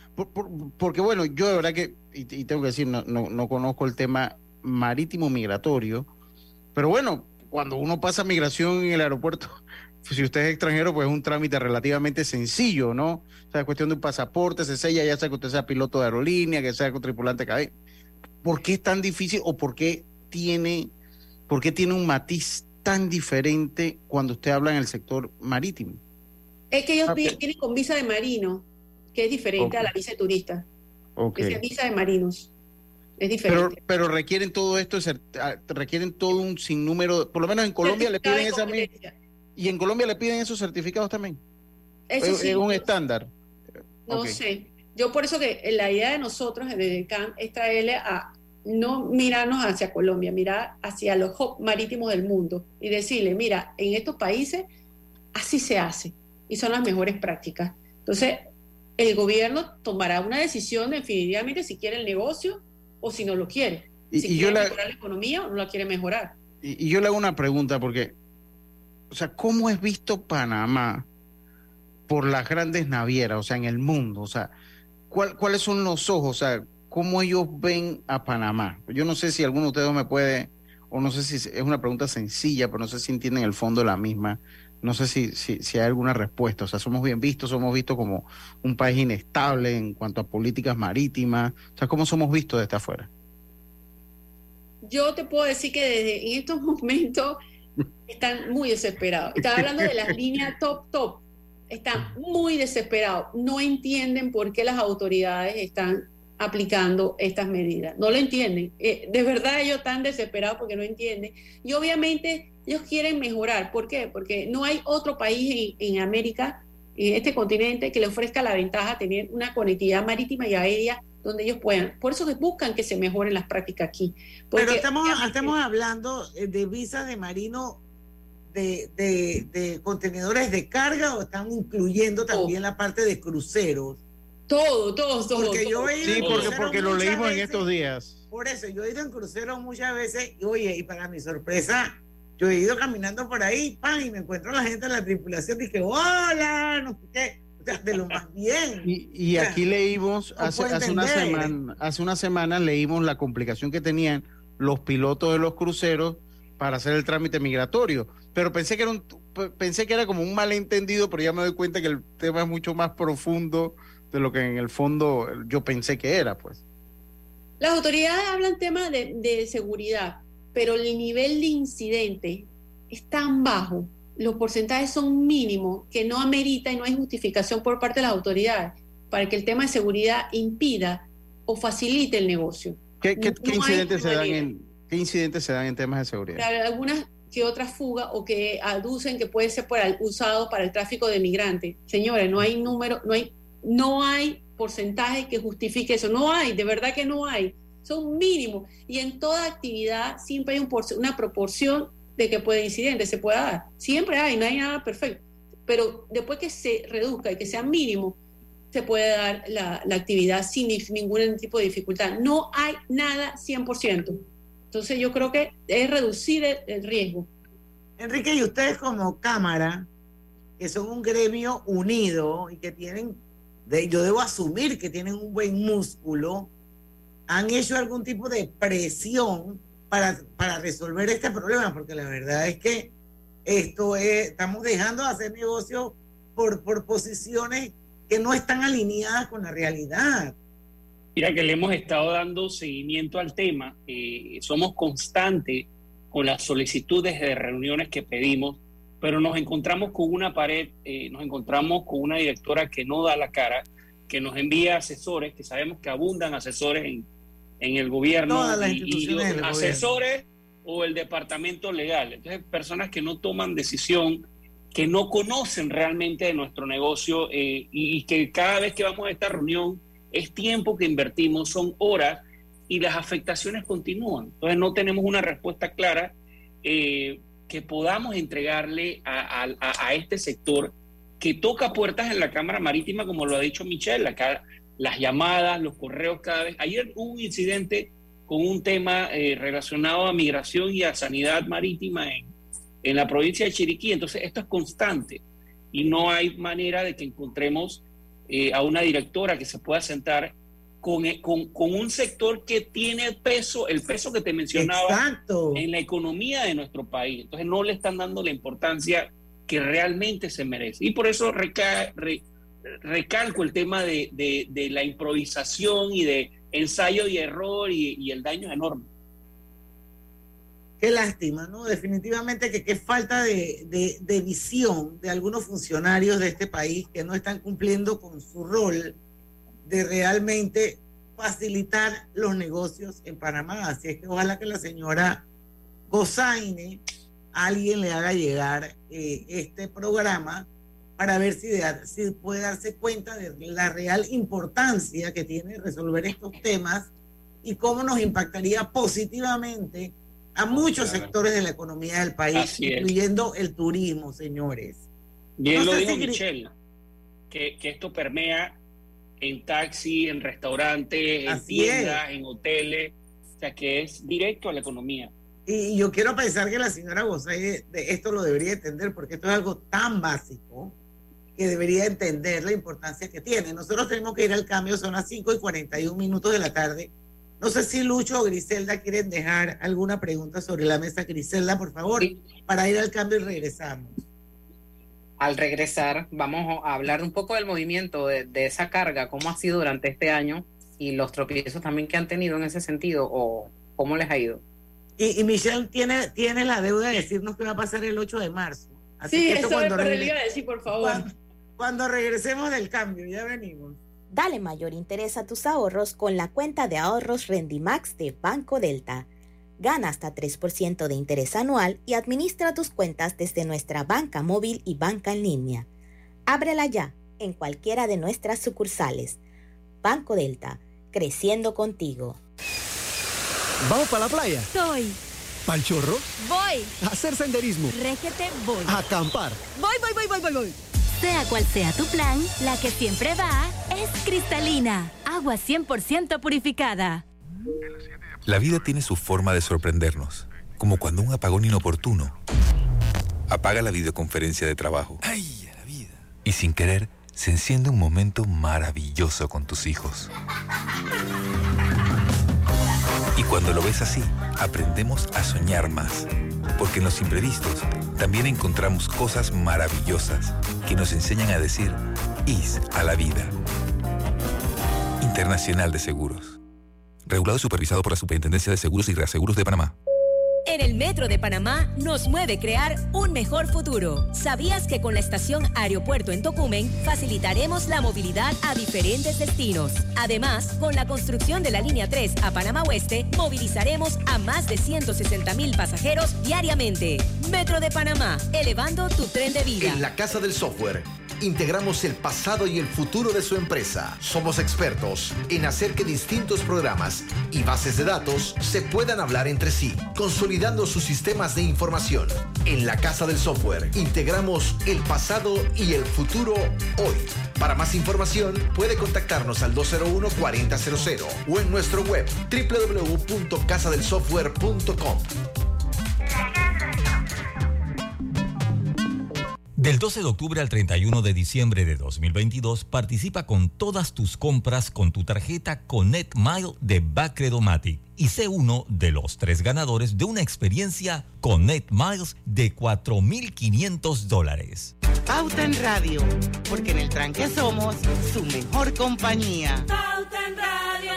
porque bueno, yo de verdad que, y tengo que decir, no conozco el tema marítimo migratorio, pero bueno, cuando uno pasa migración en el aeropuerto, pues si usted es extranjero, pues es un trámite relativamente sencillo, ¿no? O sea, es cuestión de un pasaporte, se sella, ya sea que usted sea piloto de aerolínea, que sea tripulante de cadena. ¿Por qué es tan difícil o por qué tiene un matiz tan diferente cuando usted habla en el sector marítimo? Es que ellos vienen con visa de marino, que es diferente a la visa de turista. Es visa de marinos. Es diferente. Pero requieren todo esto, requieren todo un sinnúmero, por lo menos en Colombia le piden esa misma. ¿Y en Colombia le piden esos certificados también? Eso sí. ¿Es un estándar? No sé. Yo por eso que la idea de nosotros desde el CAN es traerle a no mirarnos hacia Colombia, mirar hacia los hubs marítimos del mundo y decirle, mira, en estos países así se hace y son las mejores prácticas. Entonces, el gobierno tomará una decisión definitivamente si quiere el negocio o si no lo quiere. Si quiere mejorar la economía o no la quiere mejorar. Y yo le hago una pregunta porque, o sea, ¿cómo es visto Panamá por las grandes navieras, o sea, en el mundo? O sea, ¿cuáles son los ojos? O sea, ¿cómo ellos ven a Panamá? Yo no sé si alguno de ustedes me puede, o no sé si es una pregunta sencilla, pero no sé si entienden el fondo de la misma. No sé si hay alguna respuesta. O sea, somos vistos como un país inestable en cuanto a políticas marítimas. O sea, ¿cómo somos vistos desde afuera? Yo te puedo decir que desde en estos momentos están muy desesperados. Estaba hablando de las líneas top. Están muy desesperados. No entienden por qué las autoridades están aplicando estas medidas. No lo entienden. De verdad ellos están desesperados porque no entienden. Y obviamente ellos quieren mejorar. ¿Por qué? Porque no hay otro país en América, en este continente, que le ofrezca la ventaja de tener una conectividad marítima y aérea donde ellos puedan. Por eso que buscan que se mejoren las prácticas aquí. Pero estamos hablando de visas de marino de contenedores de carga, o están incluyendo también la parte de cruceros. Todo. Porque yo he ido porque lo leímos en estos días. Por eso, yo he ido en cruceros muchas veces, y para mi sorpresa, yo he ido caminando por ahí, y me encuentro a la gente de la tripulación, y dije, hola, no sé qué, o sea, de lo más bien. Y aquí leímos, hace una semana leímos la complicación que tenían los pilotos de los cruceros para hacer el trámite migratorio, pero pensé que era como un malentendido, pero ya me doy cuenta que el tema es mucho más profundo de lo que en el fondo yo pensé que era, pues. Las autoridades hablan temas de seguridad, pero el nivel de incidente es tan bajo, los porcentajes son mínimos, que no amerita y no hay justificación por parte de las autoridades para que el tema de seguridad impida o facilite el negocio. ¿Qué incidentes se dan en temas de seguridad? Algunas que otras fugas o que aducen que puede ser usado para el tráfico de migrantes. Señores, no hay número, no hay porcentaje que justifique eso. No hay, de verdad que no hay. Son mínimos. Y en toda actividad siempre hay una proporción de que puede incidentes, se pueda dar. Siempre hay, no hay nada perfecto. Pero después que se reduzca y que sea mínimo, se puede dar la actividad sin ningún tipo de dificultad. No hay nada 100%. Entonces yo creo que es reducir el riesgo. Enrique, y ustedes como Cámara, que son un gremio unido y que tienen, yo debo asumir que tienen un buen músculo, ¿han hecho algún tipo de presión para resolver este problema? Porque la verdad es que estamos dejando de hacer negocios por posiciones que no están alineadas con la realidad. Mira que le hemos estado dando seguimiento al tema, somos constantes con las solicitudes de reuniones que pedimos, pero nos encontramos con una pared, nos encontramos con una directora que no da la cara, que nos envía asesores, que sabemos que abundan asesores en el gobierno, todas las instituciones y asesores o el departamento legal. Entonces, personas que no toman decisión que no conocen realmente de nuestro negocio y que cada vez que vamos a esta reunión es tiempo que invertimos, son horas y las afectaciones continúan. Entonces no tenemos una respuesta clara que podamos entregarle a este sector que toca puertas en la Cámara Marítima, como lo ha dicho Michelle, acá las llamadas, los correos cada vez. Ayer hubo un incidente con un tema relacionado a migración y a sanidad marítima en la provincia de Chiriquí. Entonces esto es constante y no hay manera de que encontremos a una directora que se pueda sentar con un sector que tiene el peso que te mencionaba. Exacto. En la economía de nuestro país. Entonces no le están dando la importancia que realmente se merece. Y por eso recalco el tema de la improvisación y de ensayo y error y el daño es enorme. Qué lástima, ¿no? Definitivamente que falta de visión de algunos funcionarios de este país que no están cumpliendo con su rol de realmente facilitar los negocios en Panamá. Así es que ojalá que la señora Gozaine, alguien le haga llegar este programa para ver si puede darse cuenta de la real importancia que tiene resolver estos temas y cómo nos impactaría positivamente a muchos sectores de la economía del país, incluyendo el turismo, señores. Bien lo dijo Michelle, que esto permea en taxi, en restaurantes, en tiendas, en hoteles, o sea que es directo a la economía. Y yo quiero pensar que la señora Gosay de esto lo debería entender, porque esto es algo tan básico que debería entender la importancia que tiene. Nosotros tenemos que ir al cambio, son las 5:41 de la tarde. No sé si Lucho o Griselda quieren dejar alguna pregunta sobre la mesa. Griselda, por favor, para ir al cambio y regresamos. Al regresar, vamos a hablar un poco del movimiento de esa carga, cómo ha sido durante este año y los tropiezos también que han tenido en ese sentido, o cómo les ha ido. Y Michelle tiene la deuda de decirnos qué va a pasar el 8 de marzo. Así que eso es lo que le iba a decir, por favor. Cuando regresemos del cambio, ya venimos. Dale mayor interés a tus ahorros con la cuenta de ahorros Rendimax de Banco Delta. Gana hasta 3% de interés anual y administra tus cuentas desde nuestra banca móvil y banca en línea. Ábrela ya en cualquiera de nuestras sucursales. Banco Delta, creciendo contigo. ¿Vamos para la playa? Soy. ¿Pa'l chorro? Voy. ¿A hacer senderismo? Régete, voy. ¿A acampar? Voy. Sea cual sea tu plan, la que siempre va es cristalina. Agua 100% purificada. La vida tiene su forma de sorprendernos, como cuando un apagón inoportuno apaga la videoconferencia de trabajo. ¡Ay, a la vida! Y sin querer, se enciende un momento maravilloso con tus hijos. Y cuando lo ves así, aprendemos a soñar más, porque en los imprevistos también encontramos cosas maravillosas que nos enseñan a decir IS a la vida. Internacional de Seguros. Regulado y supervisado por la Superintendencia de Seguros y Reaseguros de Panamá. En el Metro de Panamá nos mueve crear un mejor futuro. ¿Sabías que con la estación Aeropuerto en Tocumen facilitaremos la movilidad a diferentes destinos? Además, con la construcción de la línea 3 a Panamá Oeste, movilizaremos a más de 160,000 pasajeros diariamente. Metro de Panamá, elevando tu tren de vida. En la Casa del Software integramos el pasado y el futuro de su empresa. Somos expertos en hacer que distintos programas y bases de datos se puedan hablar entre sí, consolidando sus sistemas de información. En la Casa del Software integramos el pasado y el futuro hoy. Para más información puede contactarnos al 201-4000 o en nuestro web www.casadelsoftware.com. Del 12 de octubre al 31 de diciembre de 2022, participa con todas tus compras con tu tarjeta Connect Mile de Bacredomatic y sé uno de los 3 ganadores de una experiencia Connect Miles de $4,500. Pauta en Radio, porque en el tranque somos su mejor compañía. Pauta en Radio.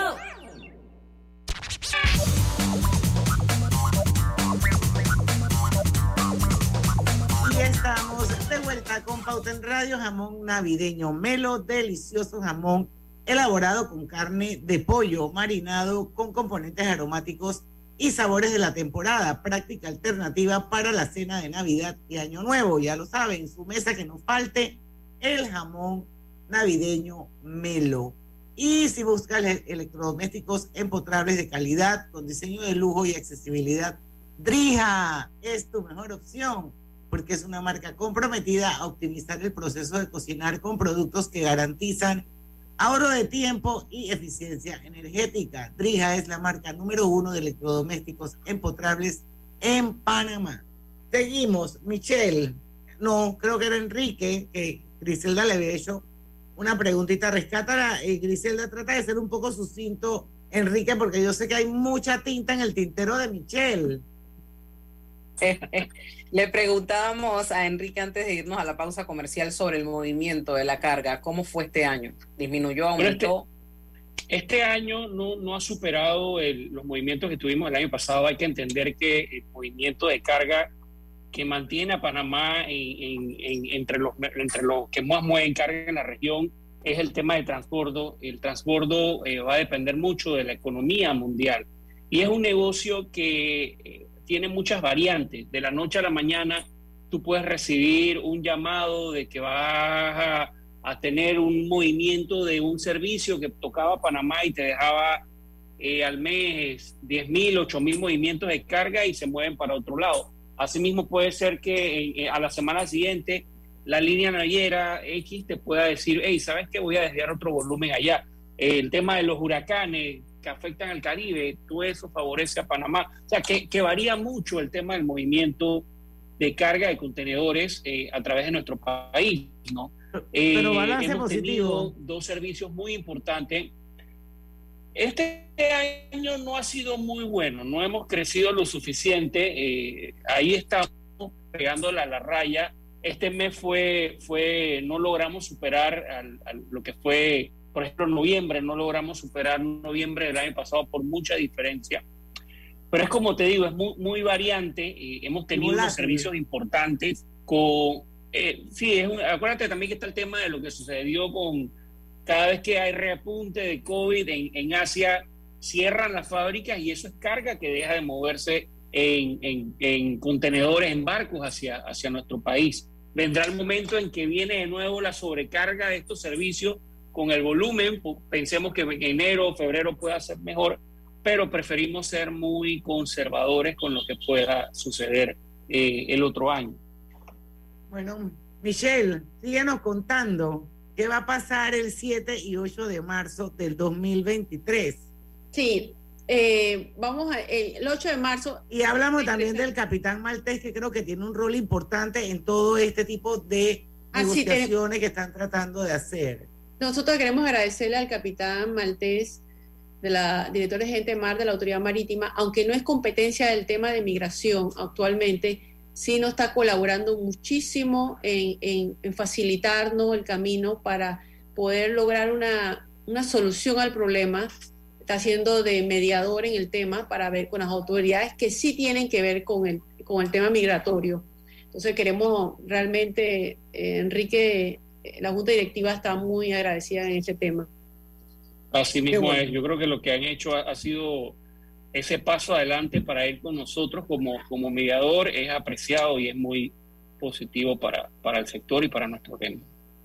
Y estamos de vuelta con Pauta en Radio, jamón navideño Melo, delicioso jamón elaborado con carne de pollo marinado con componentes aromáticos y sabores de la temporada, práctica alternativa para la cena de Navidad y Año Nuevo. Ya lo saben, su mesa que no falte el jamón navideño Melo. Y si buscas electrodomésticos empotrables de calidad, con diseño de lujo y accesibilidad, Drija es tu mejor opción, porque es una marca comprometida a optimizar el proceso de cocinar con productos que garantizan ahorro de tiempo y eficiencia energética. Drija es la marca número 1 de electrodomésticos empotrables en Panamá. Seguimos, Michelle. No, creo que era Enrique, que Griselda le había hecho una preguntita. Rescátala, Griselda, trata de ser un poco sucinto, Enrique, porque yo sé que hay mucha tinta en el tintero de Michelle. Le preguntábamos a Enrique antes de irnos a la pausa comercial sobre el movimiento de la carga. ¿Cómo fue este año? ¿Disminuyó, aumentó? Este año no ha superado los movimientos que tuvimos el año pasado. Hay que entender que el movimiento de carga que mantiene a Panamá entre los que más mueven carga en la región es el tema de transbordo. El transbordo va a depender mucho de la economía mundial y es un negocio que tiene muchas variantes. De la noche a la mañana tú puedes recibir un llamado de que vas a tener un movimiento de un servicio que tocaba Panamá y te dejaba al mes 10,000, 8,000 movimientos de carga y se mueven para otro lado. Asimismo puede ser que a la semana siguiente la línea naviera X te pueda decir, hey, ¿sabes qué? Voy a desviar otro volumen allá. El tema de los huracanes que afectan al Caribe, todo eso favorece a Panamá. O sea, que varía mucho el tema del movimiento de carga de contenedores a través de nuestro país, ¿no? Pero balance hemos positivo. tenido dos servicios muy importantes. Este año no ha sido muy bueno, no hemos crecido lo suficiente. Ahí estamos pegándole a la raya. Este mes no logramos superar lo que fue, por ejemplo, noviembre, no logramos superar noviembre del año pasado por mucha diferencia. Pero es como te digo, es muy variante. Hemos tenido unos servicios importantes con... acuérdate también que está el tema de lo que sucedió con cada vez que hay reapunte de COVID en Asia, cierran las fábricas y eso es carga que deja de moverse en contenedores, en barcos hacia nuestro país. Vendrá el momento en que viene de nuevo la sobrecarga de estos servicios con el volumen. Pensemos que en enero, febrero pueda ser mejor, pero preferimos ser muy conservadores con lo que pueda suceder el otro año. Bueno, Michelle, síguenos contando qué va a pasar el 7 y 8 de marzo del 2023. Sí, vamos el 8 de marzo. Y hablamos también del capitán maltés, que creo que tiene un rol importante en todo este tipo de negociaciones que están tratando de hacer. Nosotros queremos agradecerle al capitán maltés, de la directora gerente mar de la Autoridad Marítima, aunque no es competencia del tema de migración actualmente, sí nos está colaborando muchísimo en facilitarnos el camino para poder lograr una solución al problema. Está haciendo de mediador en el tema para ver con las autoridades que sí tienen que ver con el tema migratorio. Entonces queremos realmente, Enrique, la Junta Directiva está muy agradecida en ese tema. Así mismo es. Yo creo que lo que han hecho ha sido ese paso adelante para ir con nosotros como mediador. Es apreciado y es muy positivo para el sector y para nuestro gremio.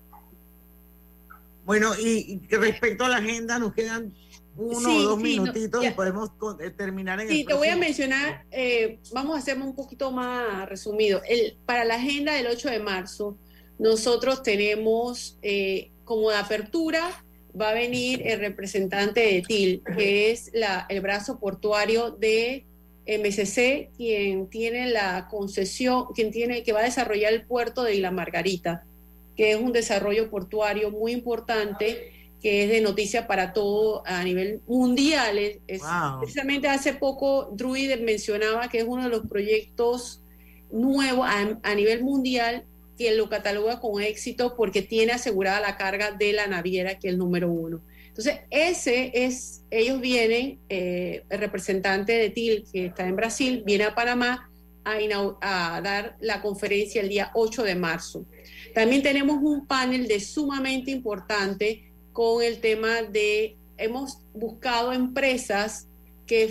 Bueno, y respecto a la agenda, nos quedan o dos minutitos y podemos terminar en el próximo. Te voy a mencionar, vamos a hacerlo un poquito más resumido. Para la agenda del 8 de marzo, nosotros tenemos como de apertura, va a venir el representante de TIL, que es el brazo portuario de MSC, quien tiene la concesión, que va a desarrollar el puerto de Isla Margarita, que es un desarrollo portuario muy importante, que es de noticia para todo a nivel mundial. Wow. Precisamente hace poco Druid mencionaba que es uno de los proyectos nuevos a nivel mundial que lo cataloga con éxito porque tiene asegurada la carga de la naviera, que es el número 1. Entonces, ellos vienen, el representante de TIL, que está en Brasil, viene a Panamá a dar la conferencia el día 8 de marzo. También tenemos un panel sumamente importante con el tema hemos buscado empresas que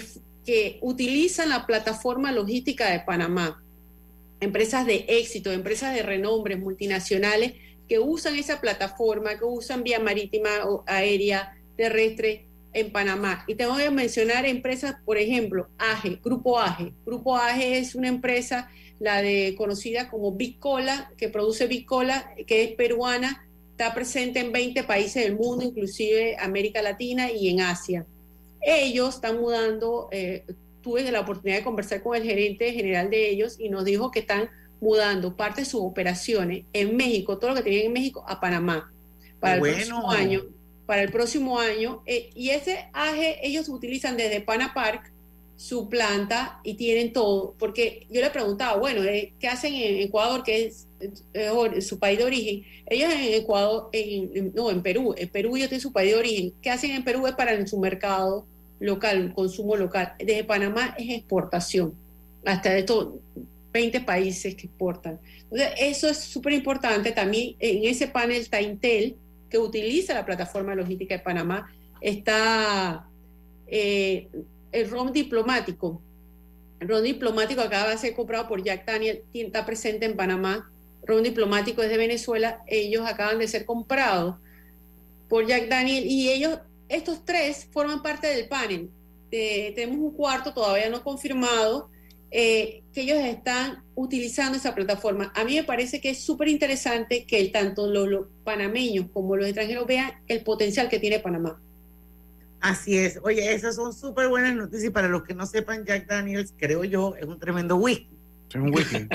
que utilizan la plataforma logística de Panamá, empresas de éxito, empresas de renombre, multinacionales, que usan esa plataforma, que usan vía marítima, aérea, terrestre en Panamá. Y tengo que mencionar empresas, por ejemplo, AGE, Grupo AGE. Grupo AGE es una empresa, conocida como Big Cola, que produce Big Cola, que es peruana, está presente en 20 países del mundo, inclusive América Latina y en Asia. Ellos están mudando, tuve la oportunidad de conversar con el gerente general de ellos y nos dijo que están mudando parte de sus operaciones en México, todo lo que tenían en México, a Panamá para el próximo año. Para el próximo año, y ese AGE ellos utilizan desde Panapark su planta y tienen todo, porque yo le preguntaba, bueno, ¿qué hacen en Ecuador, que es su país de origen? Ellos en Ecuador, en Perú ellos tienen su país de origen. ¿Qué hacen en Perú? Es para su mercado local, consumo local. Desde Panamá es exportación, hasta de estos 20 países que exportan. Entonces, eso es súper importante. También en ese panel está Intel, que utiliza la plataforma logística de Panamá. Está el ron diplomático. El ron diplomático acaba de ser comprado por Jack Daniel, está presente en Panamá. Ron diplomático es de Venezuela. Ellos acaban de ser comprados por Jack Daniel y estos tres forman parte del panel. Tenemos un cuarto todavía no confirmado, que ellos están utilizando esa plataforma. A mí me parece que es súper interesante que tanto los panameños como los extranjeros vean el potencial que tiene Panamá. Así es. Oye, esas son súper buenas noticias. Para los que no sepan, Jack Daniels, creo yo, es un tremendo whisky. Es un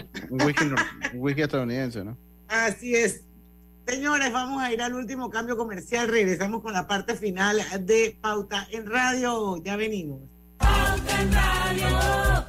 whisky estadounidense, ¿no? Así es. Señores, vamos a ir al último cambio comercial. Regresamos con la parte final de Pauta en Radio. Ya venimos. Pauta en Radio.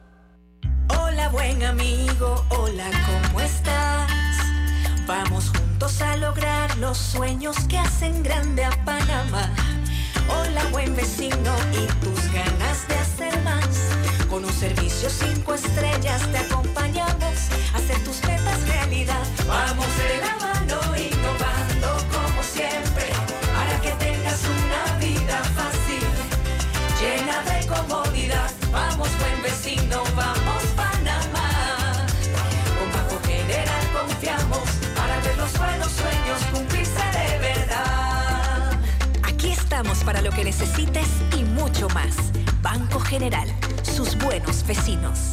Hola, buen amigo. Hola, ¿cómo estás? Vamos juntos a lograr los sueños que hacen grande a Panamá. Hola, buen vecino, y tus ganas de hacer más. Con un servicio 5 estrellas te acompañamos a hacer tus metas realidad. Vamos de la mano innovando como siempre, para que tengas una vida fácil, llena de comodidad. Vamos, buen vecino, vamos Panamá. Con Banco General confiamos para ver los buenos sueños cumplirse de verdad. Aquí estamos para lo que necesites y mucho más. Banco General, sus buenos vecinos.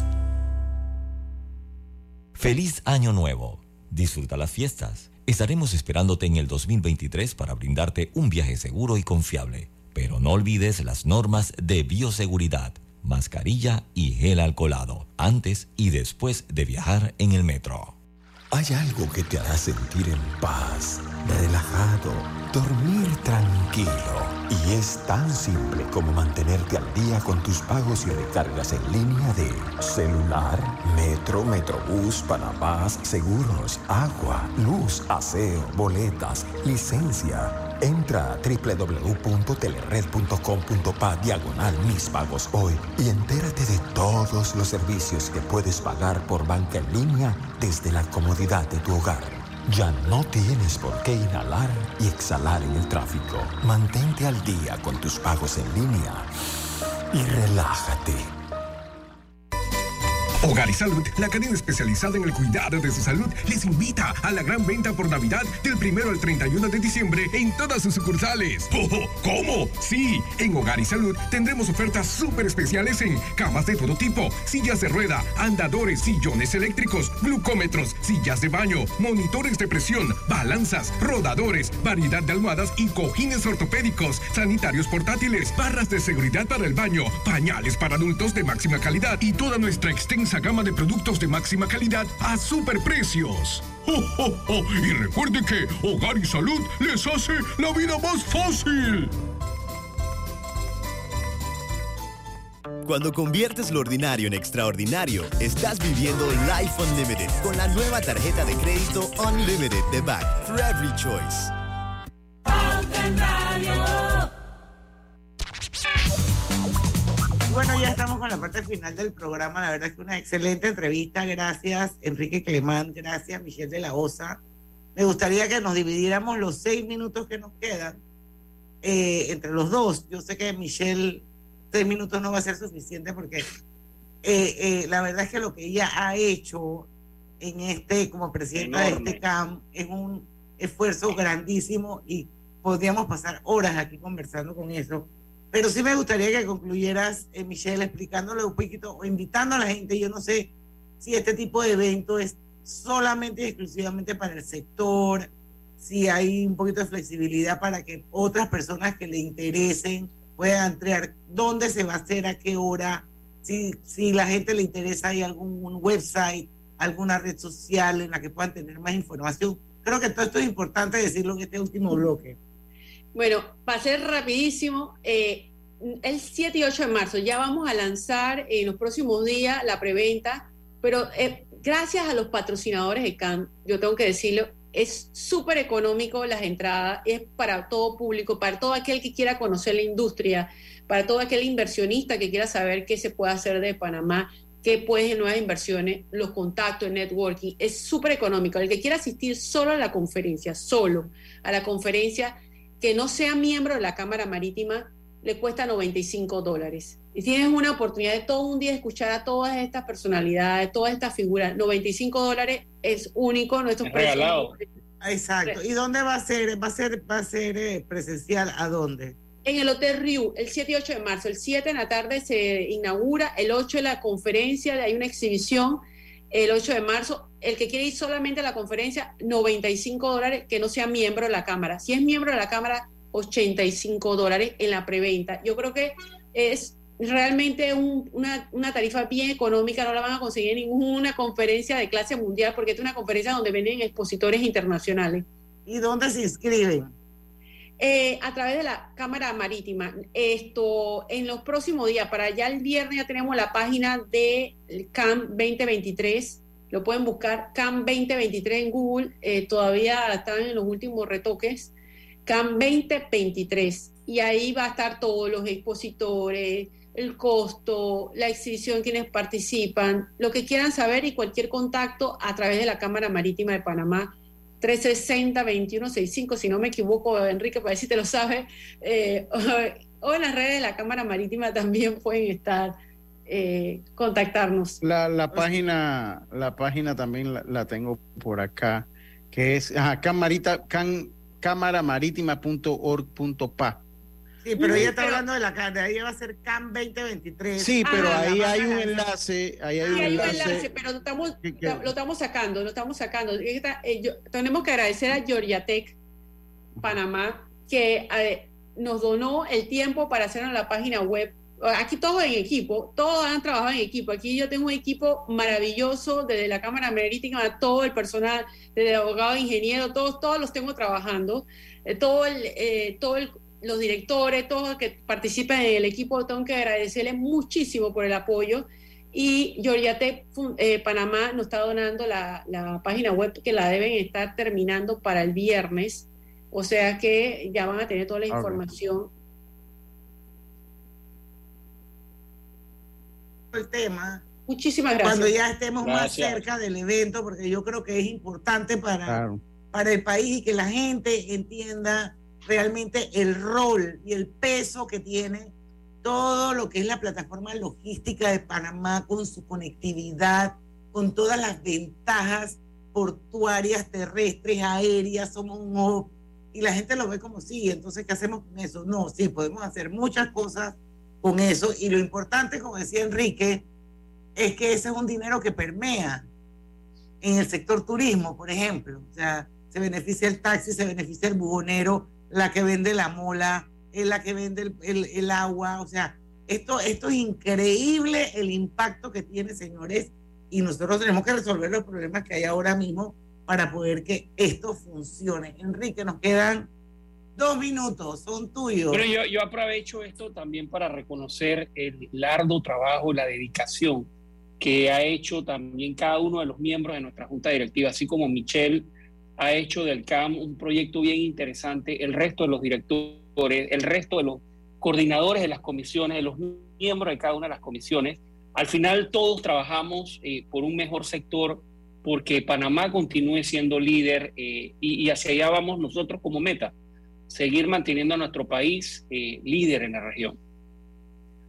Feliz Año Nuevo. Disfruta las fiestas. Estaremos esperándote en el 2023 para brindarte un viaje seguro y confiable. Pero no olvides las normas de bioseguridad, mascarilla y gel alcoholado, antes y después de viajar en el metro. Hay algo que te hará sentir en paz, relajado, dormir tranquilo. Y es tan simple como mantenerte al día con tus pagos y recargas en línea de celular, metro, Metrobús, Panamás, seguros, agua, luz, aseo, boletas, licencia. Entra a www.telered.com.pa/mis pagos hoy y entérate de todos los servicios que puedes pagar por banca en línea desde la comodidad de tu hogar. Ya no tienes por qué inhalar y exhalar en el tráfico. Mantente al día con tus pagos en línea y relájate. Hogar y Salud, la cadena especializada en el cuidado de su salud, les invita a la gran venta por Navidad del 1 al 31 de diciembre en todas sus sucursales. ¿Cómo? Sí, en Hogar y Salud tendremos ofertas súper especiales en camas de todo tipo, sillas de rueda, andadores, sillones eléctricos, glucómetros, sillas de baño, monitores de presión, balanzas, rodadores, variedad de almohadas y cojines ortopédicos, sanitarios portátiles, barras de seguridad para el baño, pañales para adultos de máxima calidad y toda nuestra extensa gama de productos de máxima calidad a superprecios. Y recuerde que Hogar y Salud les hace la vida más fácil. Cuando conviertes lo ordinario en extraordinario, estás viviendo Life Unlimited con la nueva tarjeta de crédito Unlimited de Back for Every Choice. Bueno, ya estamos con la parte final del programa. La verdad es que una excelente entrevista. Gracias, Enrique Clemán. Gracias, Michelle de la Osa. Me gustaría que nos dividiéramos los 6 minutos que nos quedan entre los dos. Yo sé que Michelle 3 minutos no va a ser suficiente porque la verdad es que lo que ella ha hecho como presidenta de este CAM es un esfuerzo grandísimo y podríamos pasar horas aquí conversando con eso. Pero sí me gustaría que concluyeras, Michelle, explicándole un poquito o invitando a la gente. Yo no sé si este tipo de evento es solamente y exclusivamente para el sector, si hay un poquito de flexibilidad para que otras personas que le interesen puedan entrar, dónde se va a hacer, a qué hora, si la gente le interesa, hay algún website, alguna red social en la que puedan tener más información. Creo que todo esto es importante decirlo en este último bloque. Bueno, para ser rapidísimo, el 7 y 8 de marzo ya vamos a lanzar en los próximos días la preventa, pero gracias a los patrocinadores de CAM, yo tengo que decirlo, es súper económico las entradas, es para todo público, para todo aquel que quiera conocer la industria, para todo aquel inversionista que quiera saber qué se puede hacer de Panamá, qué puede en nuevas inversiones, los contactos, el networking, es súper económico. El que quiera asistir solo a la conferencia, que no sea miembro de la Cámara Marítima, le cuesta $95. Y tienes una oportunidad de todo un día escuchar a todas estas personalidades, todas estas figuras. $95 es único, nuestros regalado. Exacto. ¿Y dónde va a ser? ¿Va a ser presencial? ¿A dónde? En el Hotel Riu, el 7 y 8 de marzo. El 7 en la tarde se inaugura, el 8 la conferencia, hay una exhibición, el 8 de marzo. El que quiere ir solamente a la conferencia, $95, que no sea miembro de la Cámara. Si es miembro de la Cámara, $85 en la preventa. Yo creo que es realmente una tarifa bien económica, no la van a conseguir en ninguna conferencia de clase mundial, porque es una conferencia donde vienen expositores internacionales. ¿Y dónde se inscriben? A través de la Cámara Marítima. En los próximos días, para allá el viernes ya tenemos la página de CAM 2023, lo pueden buscar, CAM 2023 en Google, todavía están en los últimos retoques, CAM 2023, y ahí va a estar todos los expositores, el costo, la exhibición, quienes participan, lo que quieran saber y cualquier contacto a través de la Cámara Marítima de Panamá, 360-2165, si no me equivoco, Enrique, para ver si te lo sabes, o en las redes de la Cámara Marítima también pueden estar, contactarnos. La página también la tengo por acá, que es cámaramarítima.org.pa. Sí, pero ella está hablando de ahí va a ser CAM 2023. Sí, pero ahí hay un enlace. Ahí hay un enlace, pero lo estamos sacando. Tenemos que agradecer a Georgiatech Panamá, que nos donó el tiempo para hacernos la página web. Aquí todos en equipo, todos han trabajado en equipo. Aquí yo tengo un equipo maravilloso, desde la Cámara Marítima, todo el personal, desde abogado, ingeniero, todos los tengo trabajando. Los directores, todos los que participan en el equipo, tengo que agradecerles muchísimo por el apoyo. Y Georgiatech Panamá nos está donando la página web, que la deben estar terminando para el viernes. O sea que ya van a tener toda la información. El tema. Muchísimas gracias. Cuando ya estemos más cerca del evento, porque yo creo que es importante para el país y que la gente entienda realmente el rol y el peso que tiene todo lo que es la plataforma logística de Panamá, con su conectividad, con todas las ventajas portuarias, terrestres, aéreas. Somos un hub y la gente lo ve como sí, entonces ¿qué hacemos con eso? No, sí, podemos hacer muchas cosas con eso, y lo importante, como decía Enrique, es que ese es un dinero que permea en el sector turismo, por ejemplo. O sea, se beneficia el taxi, se beneficia el buhonero, la que vende la mola, la que vende el agua. O sea, esto es increíble el impacto que tiene, señores, y nosotros tenemos que resolver los problemas que hay ahora mismo para poder que esto funcione. Enrique, nos quedan 2 minutos, son tuyos. Pero yo aprovecho esto también para reconocer el largo trabajo, la dedicación que ha hecho también cada uno de los miembros de nuestra junta directiva, así como Michelle ha hecho del CAM un proyecto bien interesante, el resto de los directores, el resto de los coordinadores de las comisiones, de los miembros de cada una de las comisiones. Al final todos trabajamos por un mejor sector, porque Panamá continúe siendo líder, y hacia allá vamos nosotros como meta, seguir manteniendo a nuestro país líder en la región.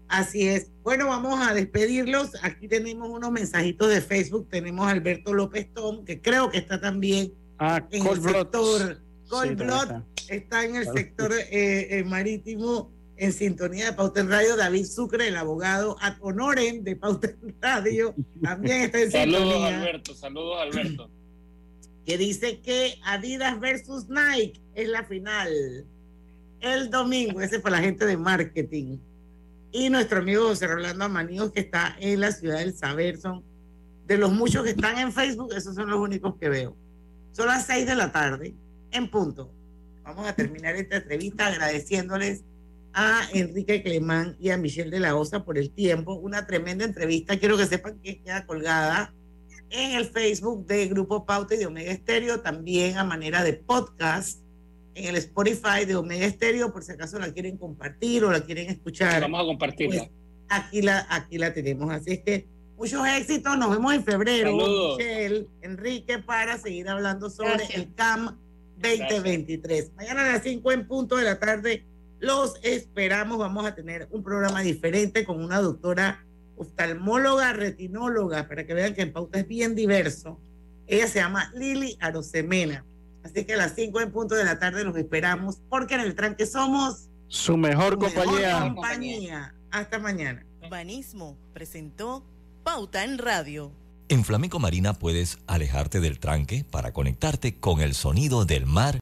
Así es. Bueno, vamos a despedirlos. Aquí tenemos unos mensajitos de Facebook. Tenemos a Alberto López Tom, que creo que está también en el sector. Cold Blood está en el sector marítimo, en sintonía de Pauta en Radio. David Sucre, el abogado ad honorem de Pauta en Radio, también está en sintonía. Saludos Alberto. Que dice que Adidas versus Nike es la final el domingo. Ese fue la gente de marketing. Y nuestro amigo José Rolando Amaníos, que está en la ciudad del saber. Son de los muchos que están en Facebook, esos son los únicos que veo. Son las 6 de la tarde, en punto. Vamos a terminar esta entrevista agradeciéndoles a Enrique Clemán y a Michelle de la Osa por el tiempo. Una tremenda entrevista. Quiero que sepan que queda colgada en el Facebook de Grupo Pauta y de Omega Estéreo, también a manera de podcast en el Spotify de Omega Estéreo, por si acaso la quieren compartir o la quieren escuchar. Vamos a compartirla. Pues aquí la tenemos. Así es que muchos éxitos. Nos vemos en febrero, Saludos. Michelle, Enrique, para seguir hablando sobre el CAM 2023. Gracias. Mañana a las 5 en punto de la tarde los esperamos. Vamos a tener un programa diferente con una doctora oftalmóloga, retinóloga, para que vean que en Pauta es bien diverso. Ella se llama Lili Arosemena. Así que a las 5 en punto de la tarde los esperamos, porque en el tranque somos su mejor compañía. Hasta mañana. Banismo presentó Pauta en Radio. En Flamenco Marina puedes alejarte del tranque para conectarte con el sonido del mar